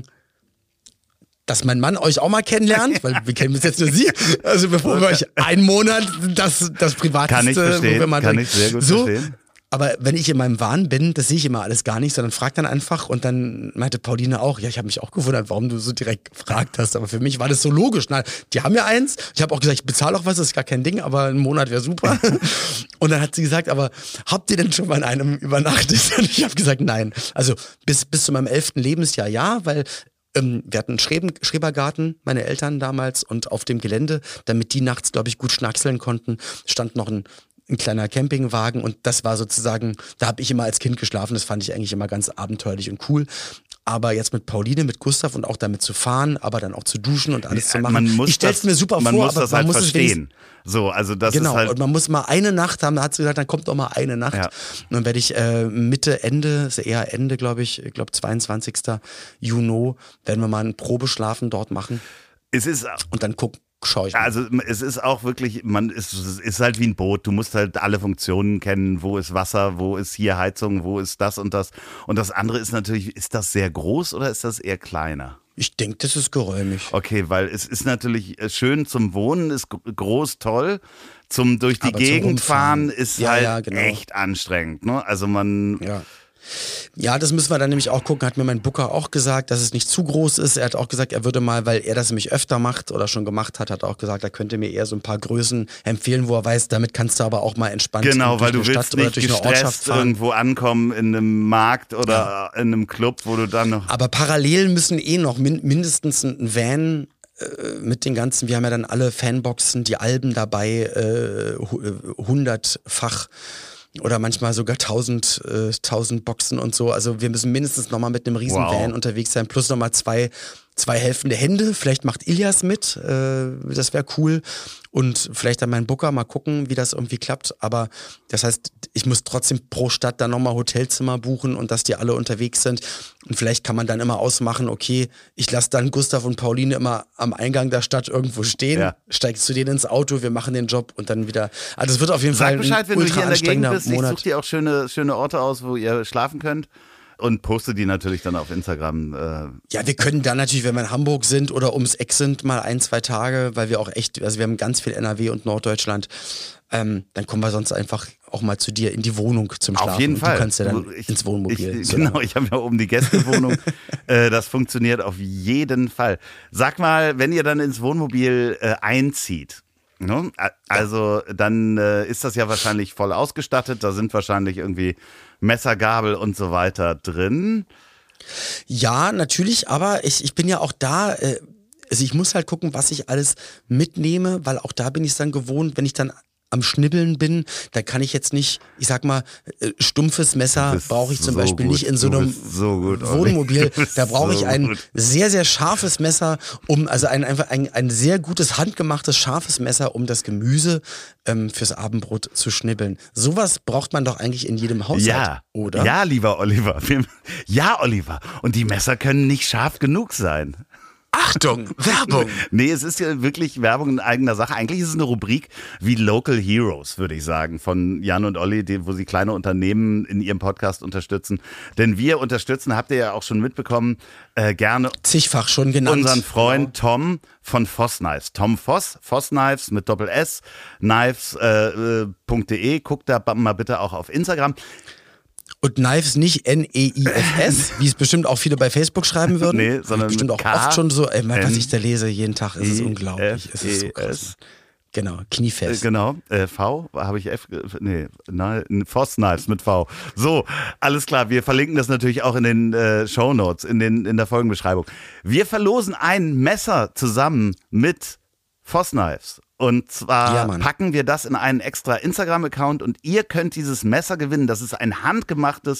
dass mein Mann euch auch mal kennenlernt, weil wir kennen bis jetzt nur sie. Also bevor wir euch einen Monat das Privateste, kann ich verstehen, kann ich sehr gut verstehen. Aber wenn ich in meinem Wahn bin, das sehe ich immer alles gar nicht, sondern frag dann einfach und dann meinte Pauline auch, ja, ich habe mich auch gewundert, warum du so direkt gefragt hast, aber für mich war das so logisch. Na, die haben ja eins, ich habe auch gesagt, ich bezahle auch was, das ist gar kein Ding, aber ein Monat wäre super. Und dann hat sie gesagt, aber habt ihr denn schon mal in einem übernachtet? Und ich habe gesagt, nein. Also bis zu meinem 11. Lebensjahr ja, weil wir hatten einen Schrebergarten, meine Eltern damals, und auf dem Gelände, damit die nachts, glaube ich, gut schnackseln konnten, stand noch ein kleiner Campingwagen und das war sozusagen, da habe ich immer als Kind geschlafen, das fand ich eigentlich immer ganz abenteuerlich und cool. Aber jetzt mit Pauline, mit Gustav und auch damit zu fahren, aber dann auch zu duschen und alles zu machen. Ich stell's mir super vor, aber man muss es verstehen. So, also das genau, ist halt und man muss mal eine Nacht haben, da hat sie gesagt, dann kommt doch mal eine Nacht. Ja. Und dann werde ich Ende, ist eher Ende, glaube ich 22. Juni, werden wir mal einen Probeschlafen dort machen. Und dann schaue ich mal. Also es ist auch wirklich, es ist halt wie ein Boot, du musst halt alle Funktionen kennen, wo ist Wasser, wo ist hier Heizung, wo ist das und das. Und das andere ist natürlich, ist das sehr groß oder ist das eher kleiner? Ich denke, das ist geräumig. Okay, weil es ist natürlich schön zum Wohnen, ist groß, toll. Zum durch die Gegend fahren ist genau. Echt anstrengend. Ne? Also Ja, das müssen wir dann nämlich auch gucken, hat mir mein Booker auch gesagt, dass es nicht zu groß ist. Er hat auch gesagt, er würde mal, weil er das nämlich öfter macht oder schon gemacht hat, auch gesagt, er könnte mir eher so ein paar Größen empfehlen, wo er weiß, damit kannst du aber auch mal entspannt genau, weil du Stadt willst nicht durch eine Ortschaft fahren. Irgendwo ankommen in einem Markt oder in einem Club, wo du dann noch... Aber parallel müssen noch mindestens ein Van mit den ganzen, wir haben ja dann alle Fanboxen, die Alben dabei, 100-fach oder manchmal sogar 1000 Boxen und so. Also wir müssen mindestens nochmal mit einem riesen Van unterwegs sein, plus nochmal 2 2 helfende Hände, vielleicht macht Ilias mit, das wäre cool. Und vielleicht dann mein Booker, mal gucken, wie das irgendwie klappt. Aber das heißt, ich muss trotzdem pro Stadt dann nochmal Hotelzimmer buchen und dass die alle unterwegs sind. Und vielleicht kann man dann immer ausmachen, okay, ich lasse dann Gustav und Pauline immer am Eingang der Stadt irgendwo stehen, steigst zu denen ins Auto, wir machen den Job und dann wieder. Also es wird auf jeden Fall ein Bescheid, wenn du hier in der Gegend bist. Monat. Ich suche dir auch schöne Orte aus, wo ihr schlafen könnt. Und poste die natürlich dann auf Instagram. Ja, wir können dann natürlich, wenn wir in Hamburg sind oder ums Eck sind, mal 1-2 Tage, weil wir auch echt, also wir haben ganz viel NRW und Norddeutschland, dann kommen wir sonst einfach auch mal zu dir in die Wohnung zum Schlafen. Auf jeden Fall. Du kannst ja dann ins Wohnmobil. Genau, ich habe ja oben die Gästewohnung. Das funktioniert auf jeden Fall. Sag mal, wenn ihr dann ins Wohnmobil einzieht, ne? Also dann ist das ja wahrscheinlich voll ausgestattet, da sind wahrscheinlich irgendwie Messer, Gabel und so weiter drin. Ja, natürlich, aber ich bin ja auch da, also ich muss halt gucken, was ich alles mitnehme, weil auch da bin ich es dann gewohnt, wenn ich dann am Schnibbeln bin, da kann ich jetzt nicht, ich sag mal, stumpfes Messer brauche ich zum Beispiel nicht in so einem Wohnmobil. Da brauche ich ein sehr, sehr scharfes Messer, also ein sehr gutes, handgemachtes, scharfes Messer, um das Gemüse fürs Abendbrot zu schnibbeln. Sowas braucht man doch eigentlich in jedem Haushalt, oder? Ja, lieber Oliver. Ja, Oliver. Und die Messer können nicht scharf genug sein. Achtung, Werbung! Nee, es ist ja wirklich Werbung in eigener Sache. Eigentlich ist es eine Rubrik wie Local Heroes, würde ich sagen, von Jan und Olli, wo sie kleine Unternehmen in ihrem Podcast unterstützen. Denn wir unterstützen, habt ihr ja auch schon mitbekommen, gerne zigfach schon genannt. Unseren Freund Tom von Voss Knives. Tom Voss, Voss Knives mit Doppel-S, knives.de. Guckt da mal bitte auch auf Instagram. Und Knives nicht Neifs, wie es bestimmt auch viele bei Facebook schreiben würden. Nee, sondern bestimmt auch oft schon so, was ich da lese jeden Tag, ist es unglaublich. Es ist so krass. Genau, kniefest. Genau, V, habe ich F, Voss Knives mit V. So, alles klar, wir verlinken das natürlich auch in den Shownotes, in der Folgenbeschreibung. Wir verlosen ein Messer zusammen mit Voss Knives. Und zwar packen wir das in einen extra Instagram-Account und ihr könnt dieses Messer gewinnen. Das ist ein handgemachtes,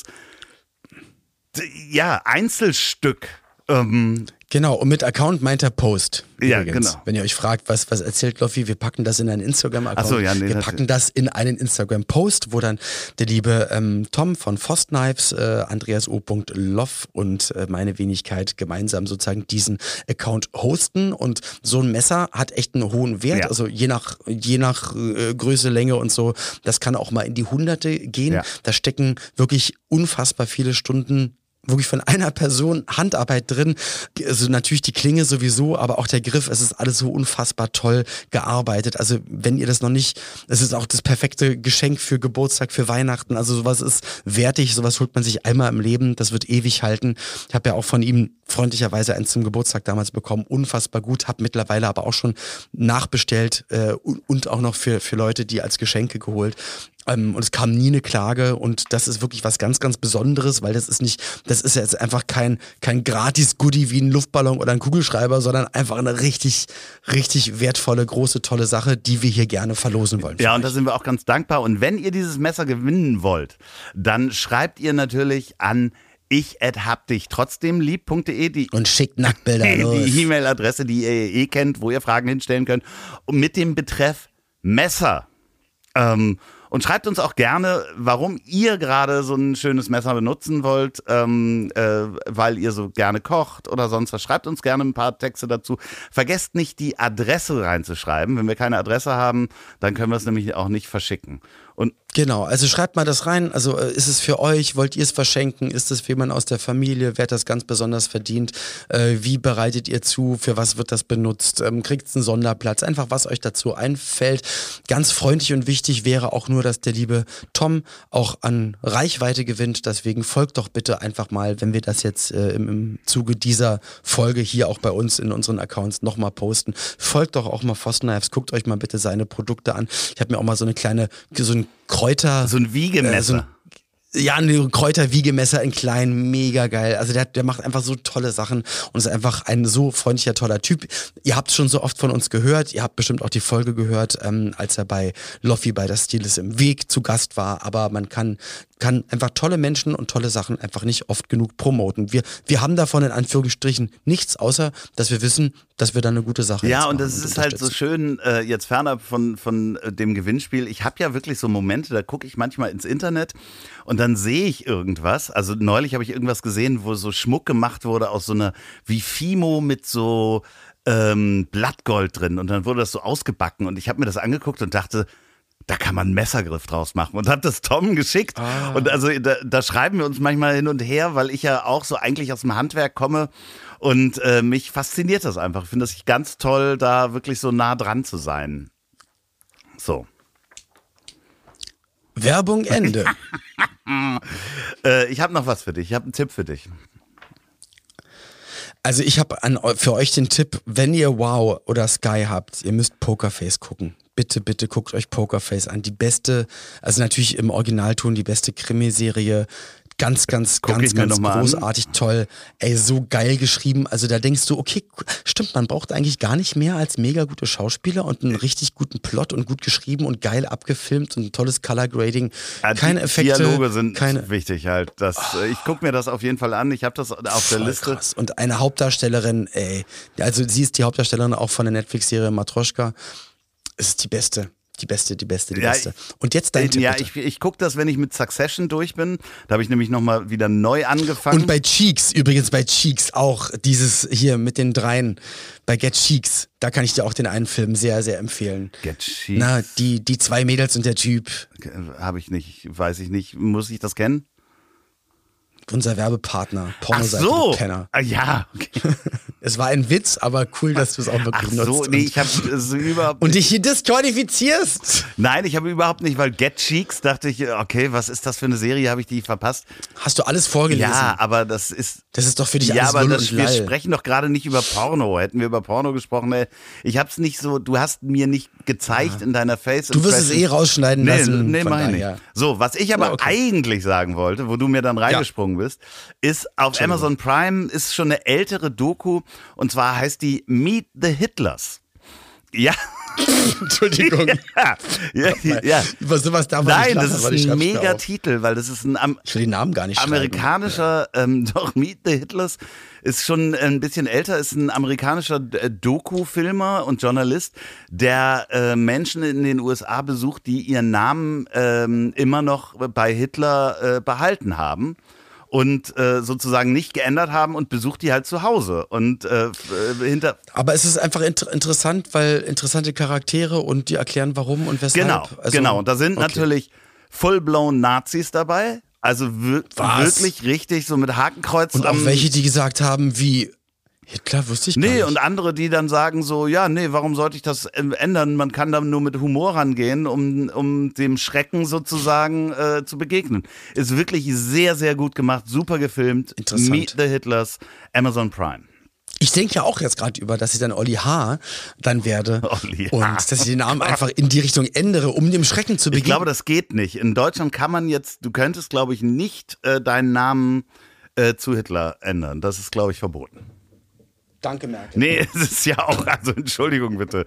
Einzelstück. Genau, und mit Account meint er Post. Ja, übrigens. genau. Wenn ihr euch fragt, was erzählt Loffi, wir packen das in einen Instagram-Account. Ach so, ja, nee, wir packen das in einen Instagram-Post, wo dann der liebe Tom von Voss Knives, Andreas O. Loff und meine Wenigkeit gemeinsam sozusagen diesen Account hosten. Und so ein Messer hat echt einen hohen Wert. Ja. Also je nach Größe, Länge und so, das kann auch mal in die Hunderte gehen. Ja. Da stecken wirklich unfassbar viele Stunden wirklich von einer Person Handarbeit drin, also natürlich die Klinge sowieso, aber auch der Griff, es ist alles so unfassbar toll gearbeitet, also wenn ihr das noch nicht, es ist auch das perfekte Geschenk für Geburtstag, für Weihnachten, also sowas ist wertig, sowas holt man sich einmal im Leben, das wird ewig halten. Ich habe ja auch von ihm freundlicherweise eins zum Geburtstag damals bekommen, unfassbar gut, habe mittlerweile aber auch schon nachbestellt und auch noch für Leute, die als Geschenke geholt. Und es kam nie eine Klage und das ist wirklich was ganz, ganz Besonderes, weil das ist jetzt einfach kein Gratis-Goodie wie ein Luftballon oder ein Kugelschreiber, sondern einfach eine richtig, richtig wertvolle, große, tolle Sache, die wir hier gerne verlosen wollen. Ja, und da sind wir auch ganz dankbar. Und wenn ihr dieses Messer gewinnen wollt, dann schreibt ihr natürlich an ich@habdichtrotzdemlieb.de und schickt Nacktbilder los. Die E-Mail-Adresse, die ihr kennt, wo ihr Fragen hinstellen könnt. Und mit dem Betreff Messer. Und schreibt uns auch gerne, warum ihr gerade so ein schönes Messer benutzen wollt, weil ihr so gerne kocht oder sonst was. Schreibt uns gerne ein paar Texte dazu. Vergesst nicht, die Adresse reinzuschreiben. Wenn wir keine Adresse haben, dann können wir es nämlich auch nicht verschicken. Und genau, also schreibt mal das rein. Also ist es für euch? Wollt ihr es verschenken? Ist es für jemanden aus der Familie? Wer hat das ganz besonders verdient? Wie bereitet ihr zu? Für was wird das benutzt? Kriegt es einen Sonderplatz? Einfach, was euch dazu einfällt. Ganz freundlich und wichtig wäre auch nur, dass der liebe Tom auch an Reichweite gewinnt. Deswegen folgt doch bitte einfach mal, wenn wir das jetzt im Zuge dieser Folge hier auch bei uns in unseren Accounts nochmal posten. Folgt doch auch mal Voss Knives. Guckt euch mal bitte seine Produkte an. Ich habe mir auch mal so ein Kräuter... So ein Wiegemesser. Ja, ein Kräuterwiegemesser in klein, mega geil. Also der macht einfach so tolle Sachen und ist einfach ein so freundlicher, toller Typ. Ihr habt schon so oft von uns gehört, ihr habt bestimmt auch die Folge gehört, als er bei Loffi bei Das Stil ist im Weg zu Gast war, aber man kann einfach tolle Menschen und tolle Sachen einfach nicht oft genug promoten. Wir haben davon in Anführungsstrichen nichts, außer dass wir wissen, dass wir da eine gute Sache Ja, jetzt und machen das ist halt so schön, jetzt fernab von dem Gewinnspiel. Ich habe ja wirklich so Momente, da gucke ich manchmal ins Internet und dann sehe ich irgendwas. Also neulich habe ich irgendwas gesehen, wo so Schmuck gemacht wurde aus so einer wie Fimo mit so Blattgold drin und dann wurde das so ausgebacken und ich habe mir das angeguckt und dachte, da kann man einen Messergriff draus machen und hat das Tom geschickt. Und also da schreiben wir uns manchmal hin und her, weil ich ja auch so eigentlich aus dem Handwerk komme und mich fasziniert das einfach. Ich finde das ganz toll, da wirklich so nah dran zu sein. So. Werbung Ende. Ich habe noch was für dich, ich habe einen Tipp für dich. Also ich habe für euch den Tipp, wenn ihr Wow oder Sky habt, ihr müsst Pokerface gucken. Bitte, bitte guckt euch Pokerface an. Die beste, also natürlich im Originalton, die beste Krimiserie. Ganz großartig toll. Ey, so geil geschrieben. Also da denkst du, okay, stimmt, man braucht eigentlich gar nicht mehr als mega gute Schauspieler und einen richtig guten Plot und gut geschrieben und geil abgefilmt und ein tolles Color Grading. Keine Effekte. Dialoge sind wichtig halt. Ich gucke mir das auf jeden Fall an. Ich habe das auf der Liste. Krass. Und eine Hauptdarstellerin, also sie ist die Hauptdarstellerin auch von der Netflix-Serie Matroschka. Es ist die Beste. Die beste. Und jetzt dein Tipp. Ja, ich gucke das, wenn ich mit Succession durch bin. Da habe ich nämlich nochmal wieder neu angefangen. Und bei Cheeks auch dieses hier mit den dreien. Bei Get Cheeks, da kann ich dir auch den einen Film sehr, sehr empfehlen. Get Cheeks? Na, die zwei Mädels und der Typ. Habe ich nicht, weiß ich nicht. Muss ich das kennen? Unser Werbepartner, Pornoseite, Ach so. Penner. Ah, ja, okay. Es war ein Witz, aber cool, dass du es auch wirklich nutzt. Ach so, nee, ich habe es überhaupt und dich hier disqualifizierst. Nein, ich habe überhaupt nicht, weil Get Cheeks dachte ich, okay, was ist das für eine Serie, habe ich die verpasst? Hast du alles vorgelesen? Ja, aber das ist doch für dich alles Null und wir Lall. sprechen doch gerade nicht über Porno. Hätten wir über Porno gesprochen, ich hab's nicht so, du hast mir nicht gezeigt in deiner Face. Du wirst es rausschneiden lassen. Nee, mach ich nicht. Ja. So, was ich aber eigentlich sagen wollte, wo du mir dann reingesprungen bist, ist auf Amazon Prime ist schon eine ältere Doku und zwar heißt die Meet the Hitlers. Ja. Entschuldigung. Ja. Über sowas darf man nicht lachen, das ist ein mega Titel, weil das ist ein ich will den Namen gar nicht amerikanischer, doch Meet the Hitlers ist schon ein bisschen älter, ist ein amerikanischer Doku-Filmer und Journalist, der Menschen in den USA besucht, die ihren Namen immer noch bei Hitler behalten haben. Und sozusagen nicht geändert haben und besucht die halt zu Hause. Und Aber es ist einfach interessant, weil interessante Charaktere und die erklären warum und weshalb. Genau. Und da sind natürlich full-blown Nazis dabei. Also wirklich richtig so mit Hakenkreuz. Und auch welche, die gesagt haben, wie Hitler wusste ich gar nicht. Und andere, die dann sagen so, ja, nee, warum sollte ich das ändern? Man kann da nur mit Humor rangehen, um dem Schrecken sozusagen zu begegnen. Ist wirklich sehr, sehr gut gemacht, super gefilmt. Interessant. Meet the Hitlers, Amazon Prime. Ich denke ja auch jetzt gerade über, dass ich dann Olli H. dann werde Olli H. und dass ich den Namen einfach in die Richtung ändere, um dem Schrecken zu begegnen. Ich glaube, das geht nicht. In Deutschland kann man du könntest, glaube ich, nicht deinen Namen zu Hitler ändern. Das ist, glaube ich, verboten. Danke, Merkel. Nee, es ist ja auch, also Entschuldigung bitte.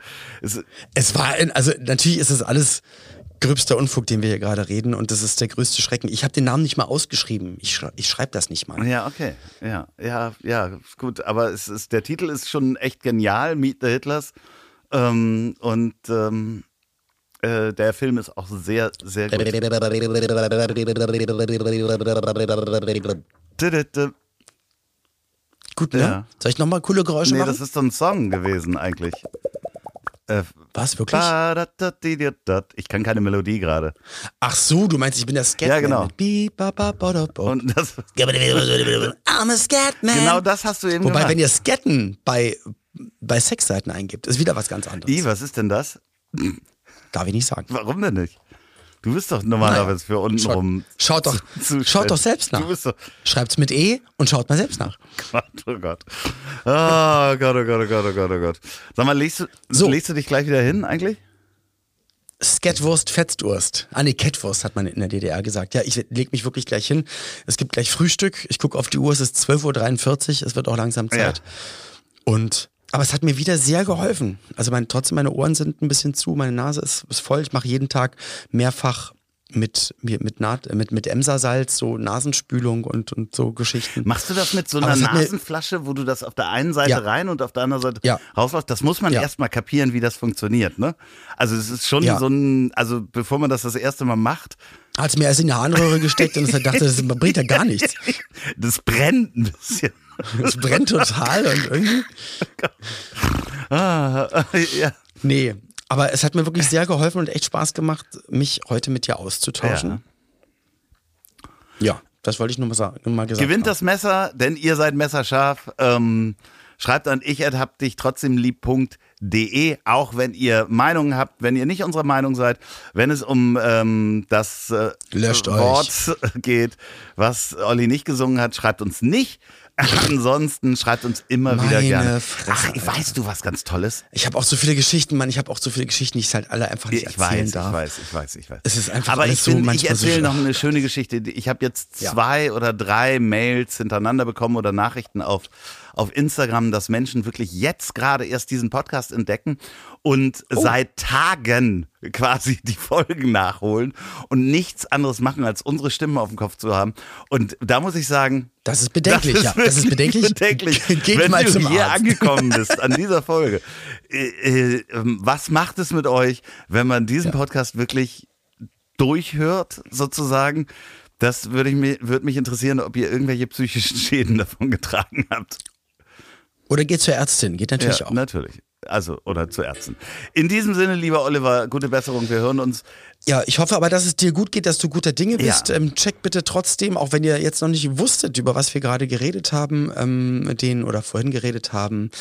Also natürlich ist es alles gröbster Unfug, den wir hier gerade reden und das ist der größte Schrecken. Ich habe den Namen nicht mal ausgeschrieben. Ich schreibe das nicht mal. Ja, okay. Ja, gut. Aber der Titel ist schon echt genial, Meet the Hitlers. Der Film ist auch sehr, sehr gut. Gut, ne? Ja. Soll ich nochmal coole Geräusche machen? Nee, das ist so ein Song gewesen eigentlich. Was, wirklich? Ich kann keine Melodie gerade. Ach so, du meinst, ich bin der Scatman. Ja, genau. Und das, I'm a Scatman. Genau das hast du eben Wobei, gemacht. wenn ihr Scatten bei Sexseiten eingibt, ist wieder was ganz anderes. Was ist denn das? Darf ich nicht sagen. Warum denn nicht? Du bist doch normalerweise für unten rum. Schaut doch selbst nach. Schreibt's mit E und schaut mal selbst nach. Oh Gott. Oh Gott. Sag mal, legst du dich gleich wieder hin eigentlich? Skettwurst, Fettwurst. Kettwurst hat man in der DDR gesagt. Ja, ich leg mich wirklich gleich hin. Es gibt gleich Frühstück. Ich gucke auf die Uhr, es ist 12:43 Uhr. Es wird auch langsam Zeit. Ja. Aber es hat mir wieder sehr geholfen. Also trotzdem meine Ohren sind ein bisschen zu, meine Nase ist voll. Ich mache jeden Tag mehrfach mit Emsa-Salz, so Nasenspülung und so Geschichten. Machst du das mit so einer Nasenflasche, wo du das auf der einen Seite rein und auf der anderen Seite rausläufst? Das muss man erstmal kapieren, wie das funktioniert, ne? Also es ist schon so ein, also bevor man das erste Mal macht. Hat es mir erst in die Harnröhre gesteckt und ich dachte, das bringt ja gar nichts. Das brennt ein bisschen. Das brennt total und irgendwie. Ja. Nee. Aber es hat mir wirklich sehr geholfen und echt Spaß gemacht, mich heute mit dir auszutauschen. Ja, das wollte ich nur mal gesagt Gewinnt haben. das Messer, denn ihr seid messerscharf. Schreibt an ich@habdichtrotzdemlieb.de, auch wenn ihr Meinungen habt, wenn ihr nicht unserer Meinung seid, wenn es um das Wort geht, was Olli nicht gesungen hat, schreibt uns nicht. Ansonsten schreibt uns immer wieder gerne. Ach, weißt du was ganz Tolles? Ich habe auch so viele Geschichten, Mann. Ich habe auch so viele Geschichten, die ich halt alle einfach nicht erzählen darf. Ich weiß. Es ist einfach aber alles ich erzähle noch eine schöne Geschichte. Ich habe jetzt 2 oder 3 Mails hintereinander bekommen oder Nachrichten auf Instagram, dass Menschen wirklich jetzt gerade erst diesen Podcast entdecken und seit Tagen quasi die Folgen nachholen und nichts anderes machen, als unsere Stimmen auf dem Kopf zu haben. Und da muss ich sagen, das ist bedenklich. Das ist bedenklich. Geht wenn mal du hier angekommen bist an dieser Folge. Was macht es mit euch, wenn man diesen Podcast wirklich durchhört, sozusagen? Das würde mich interessieren, ob ihr irgendwelche psychischen Schäden davon getragen habt. Oder geht zur Ärztin, geht natürlich auch. Natürlich. Also, oder zu Ärzten. In diesem Sinne, lieber Oliver, gute Besserung, wir hören uns. Ja, ich hoffe aber, dass es dir gut geht, dass du guter Dinge bist. Ja. Checkt bitte trotzdem, auch wenn ihr jetzt noch nicht wusstet, über was wir gerade geredet haben, vorhin geredet haben,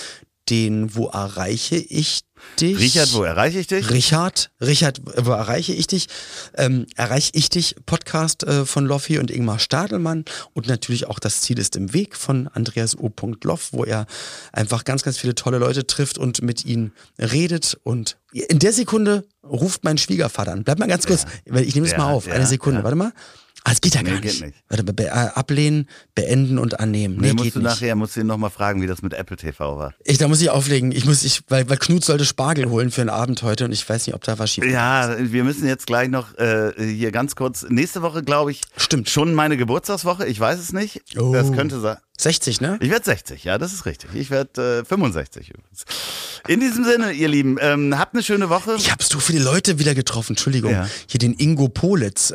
wo erreiche ich dich? Richard, wo erreiche ich dich? Richard, wo erreiche ich dich? Erreiche ich dich, Podcast von Loffi und Ingmar Stadelmann und natürlich auch Das Ziel ist im Weg von Andreas O. Loff, wo er einfach ganz, ganz viele tolle Leute trifft und mit ihnen redet und in der Sekunde ruft mein Schwiegervater an. Bleib mal ganz kurz, ich nehme es mal auf, eine Sekunde, warte mal. Es geht ja gar nicht. Warte, ablehnen, beenden und annehmen. Nee, musst du ihn nochmal fragen, wie das mit Apple TV war. Da muss ich auflegen. Weil Knut sollte Spargel holen für den Abend heute und ich weiß nicht, ob da was schief ist. Ja, wir müssen jetzt gleich noch hier ganz kurz, nächste Woche glaube ich, stimmt, schon meine Geburtstagswoche, ich weiß es nicht. Oh. Das könnte sein. 60, ne? Ich werde 60, ja, das ist richtig. Ich werde 65 übrigens. In diesem Sinne, ihr Lieben, habt eine schöne Woche. Ich habe so viele Leute wieder getroffen, Entschuldigung. Ja. Hier den Ingo Politz,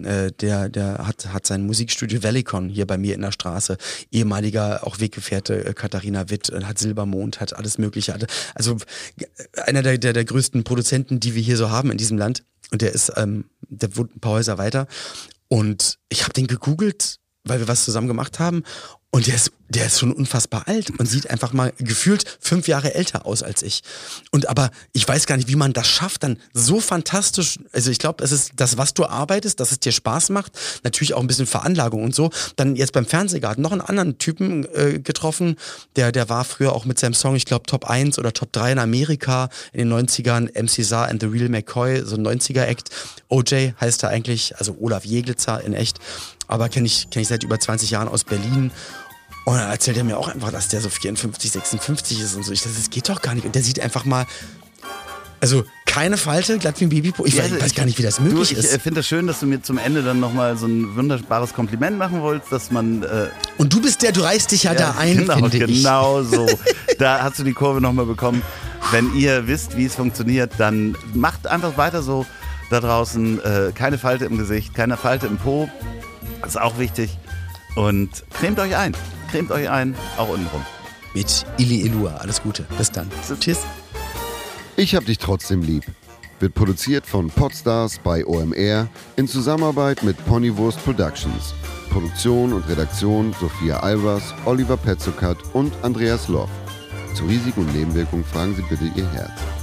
der hat sein Musikstudio Valleycon hier bei mir in der Straße. Ehemaliger auch Weggefährte Katharina Witt, hat Silbermond, hat alles Mögliche. Also einer der größten Produzenten, die wir hier so haben in diesem Land. Und der wohnt ein paar Häuser weiter. Und ich habe den gegoogelt, weil wir was zusammen gemacht haben. Und der ist schon unfassbar alt und sieht einfach mal gefühlt 5 Jahre älter aus als ich. Aber ich weiß gar nicht, wie man das schafft, dann so fantastisch, also ich glaube, es ist das, was du arbeitest, dass es dir Spaß macht, natürlich auch ein bisschen Veranlagung und so. Dann jetzt beim Fernsehgarten noch einen anderen Typen getroffen, der war früher auch mit seinem Song, ich glaube Top 1 oder Top 3 in Amerika in den 90ern, MC Saar and the Real McCoy, so ein 90er-Act. OJ heißt er eigentlich, also Olaf Jeglitzer in echt, aber kenn ich seit über 20 Jahren aus Berlin. Und dann erzählt er mir auch einfach, dass der so 54, 56 ist und so. Das geht doch gar nicht. Und der sieht einfach mal, also keine Falte, glatt wie ein Babypo. Ich weiß gar nicht, wie das möglich ist. Ich finde das schön, dass du mir zum Ende dann nochmal so ein wunderbares Kompliment machen wolltest, dass man... und du bist du reißt dich ja da ein, finde ich. Genau so. Da hast du die Kurve nochmal bekommen. Wenn ihr wisst, wie es funktioniert, dann macht einfach weiter so da draußen. Keine Falte im Gesicht, keine Falte im Po. Das ist auch wichtig. Und cremt euch ein. Cremt euch ein, auch untenrum. Mit Ili Elua. Alles Gute. Bis dann. Tschüss. Ich hab dich trotzdem lieb. Wird produziert von Podstars bei OMR in Zusammenarbeit mit Ponywurst Productions. Produktion und Redaktion Sophia Albers, Oliver Petzokat und Andreas Loff. Zu Risiken und Nebenwirkungen fragen Sie bitte Ihr Herz.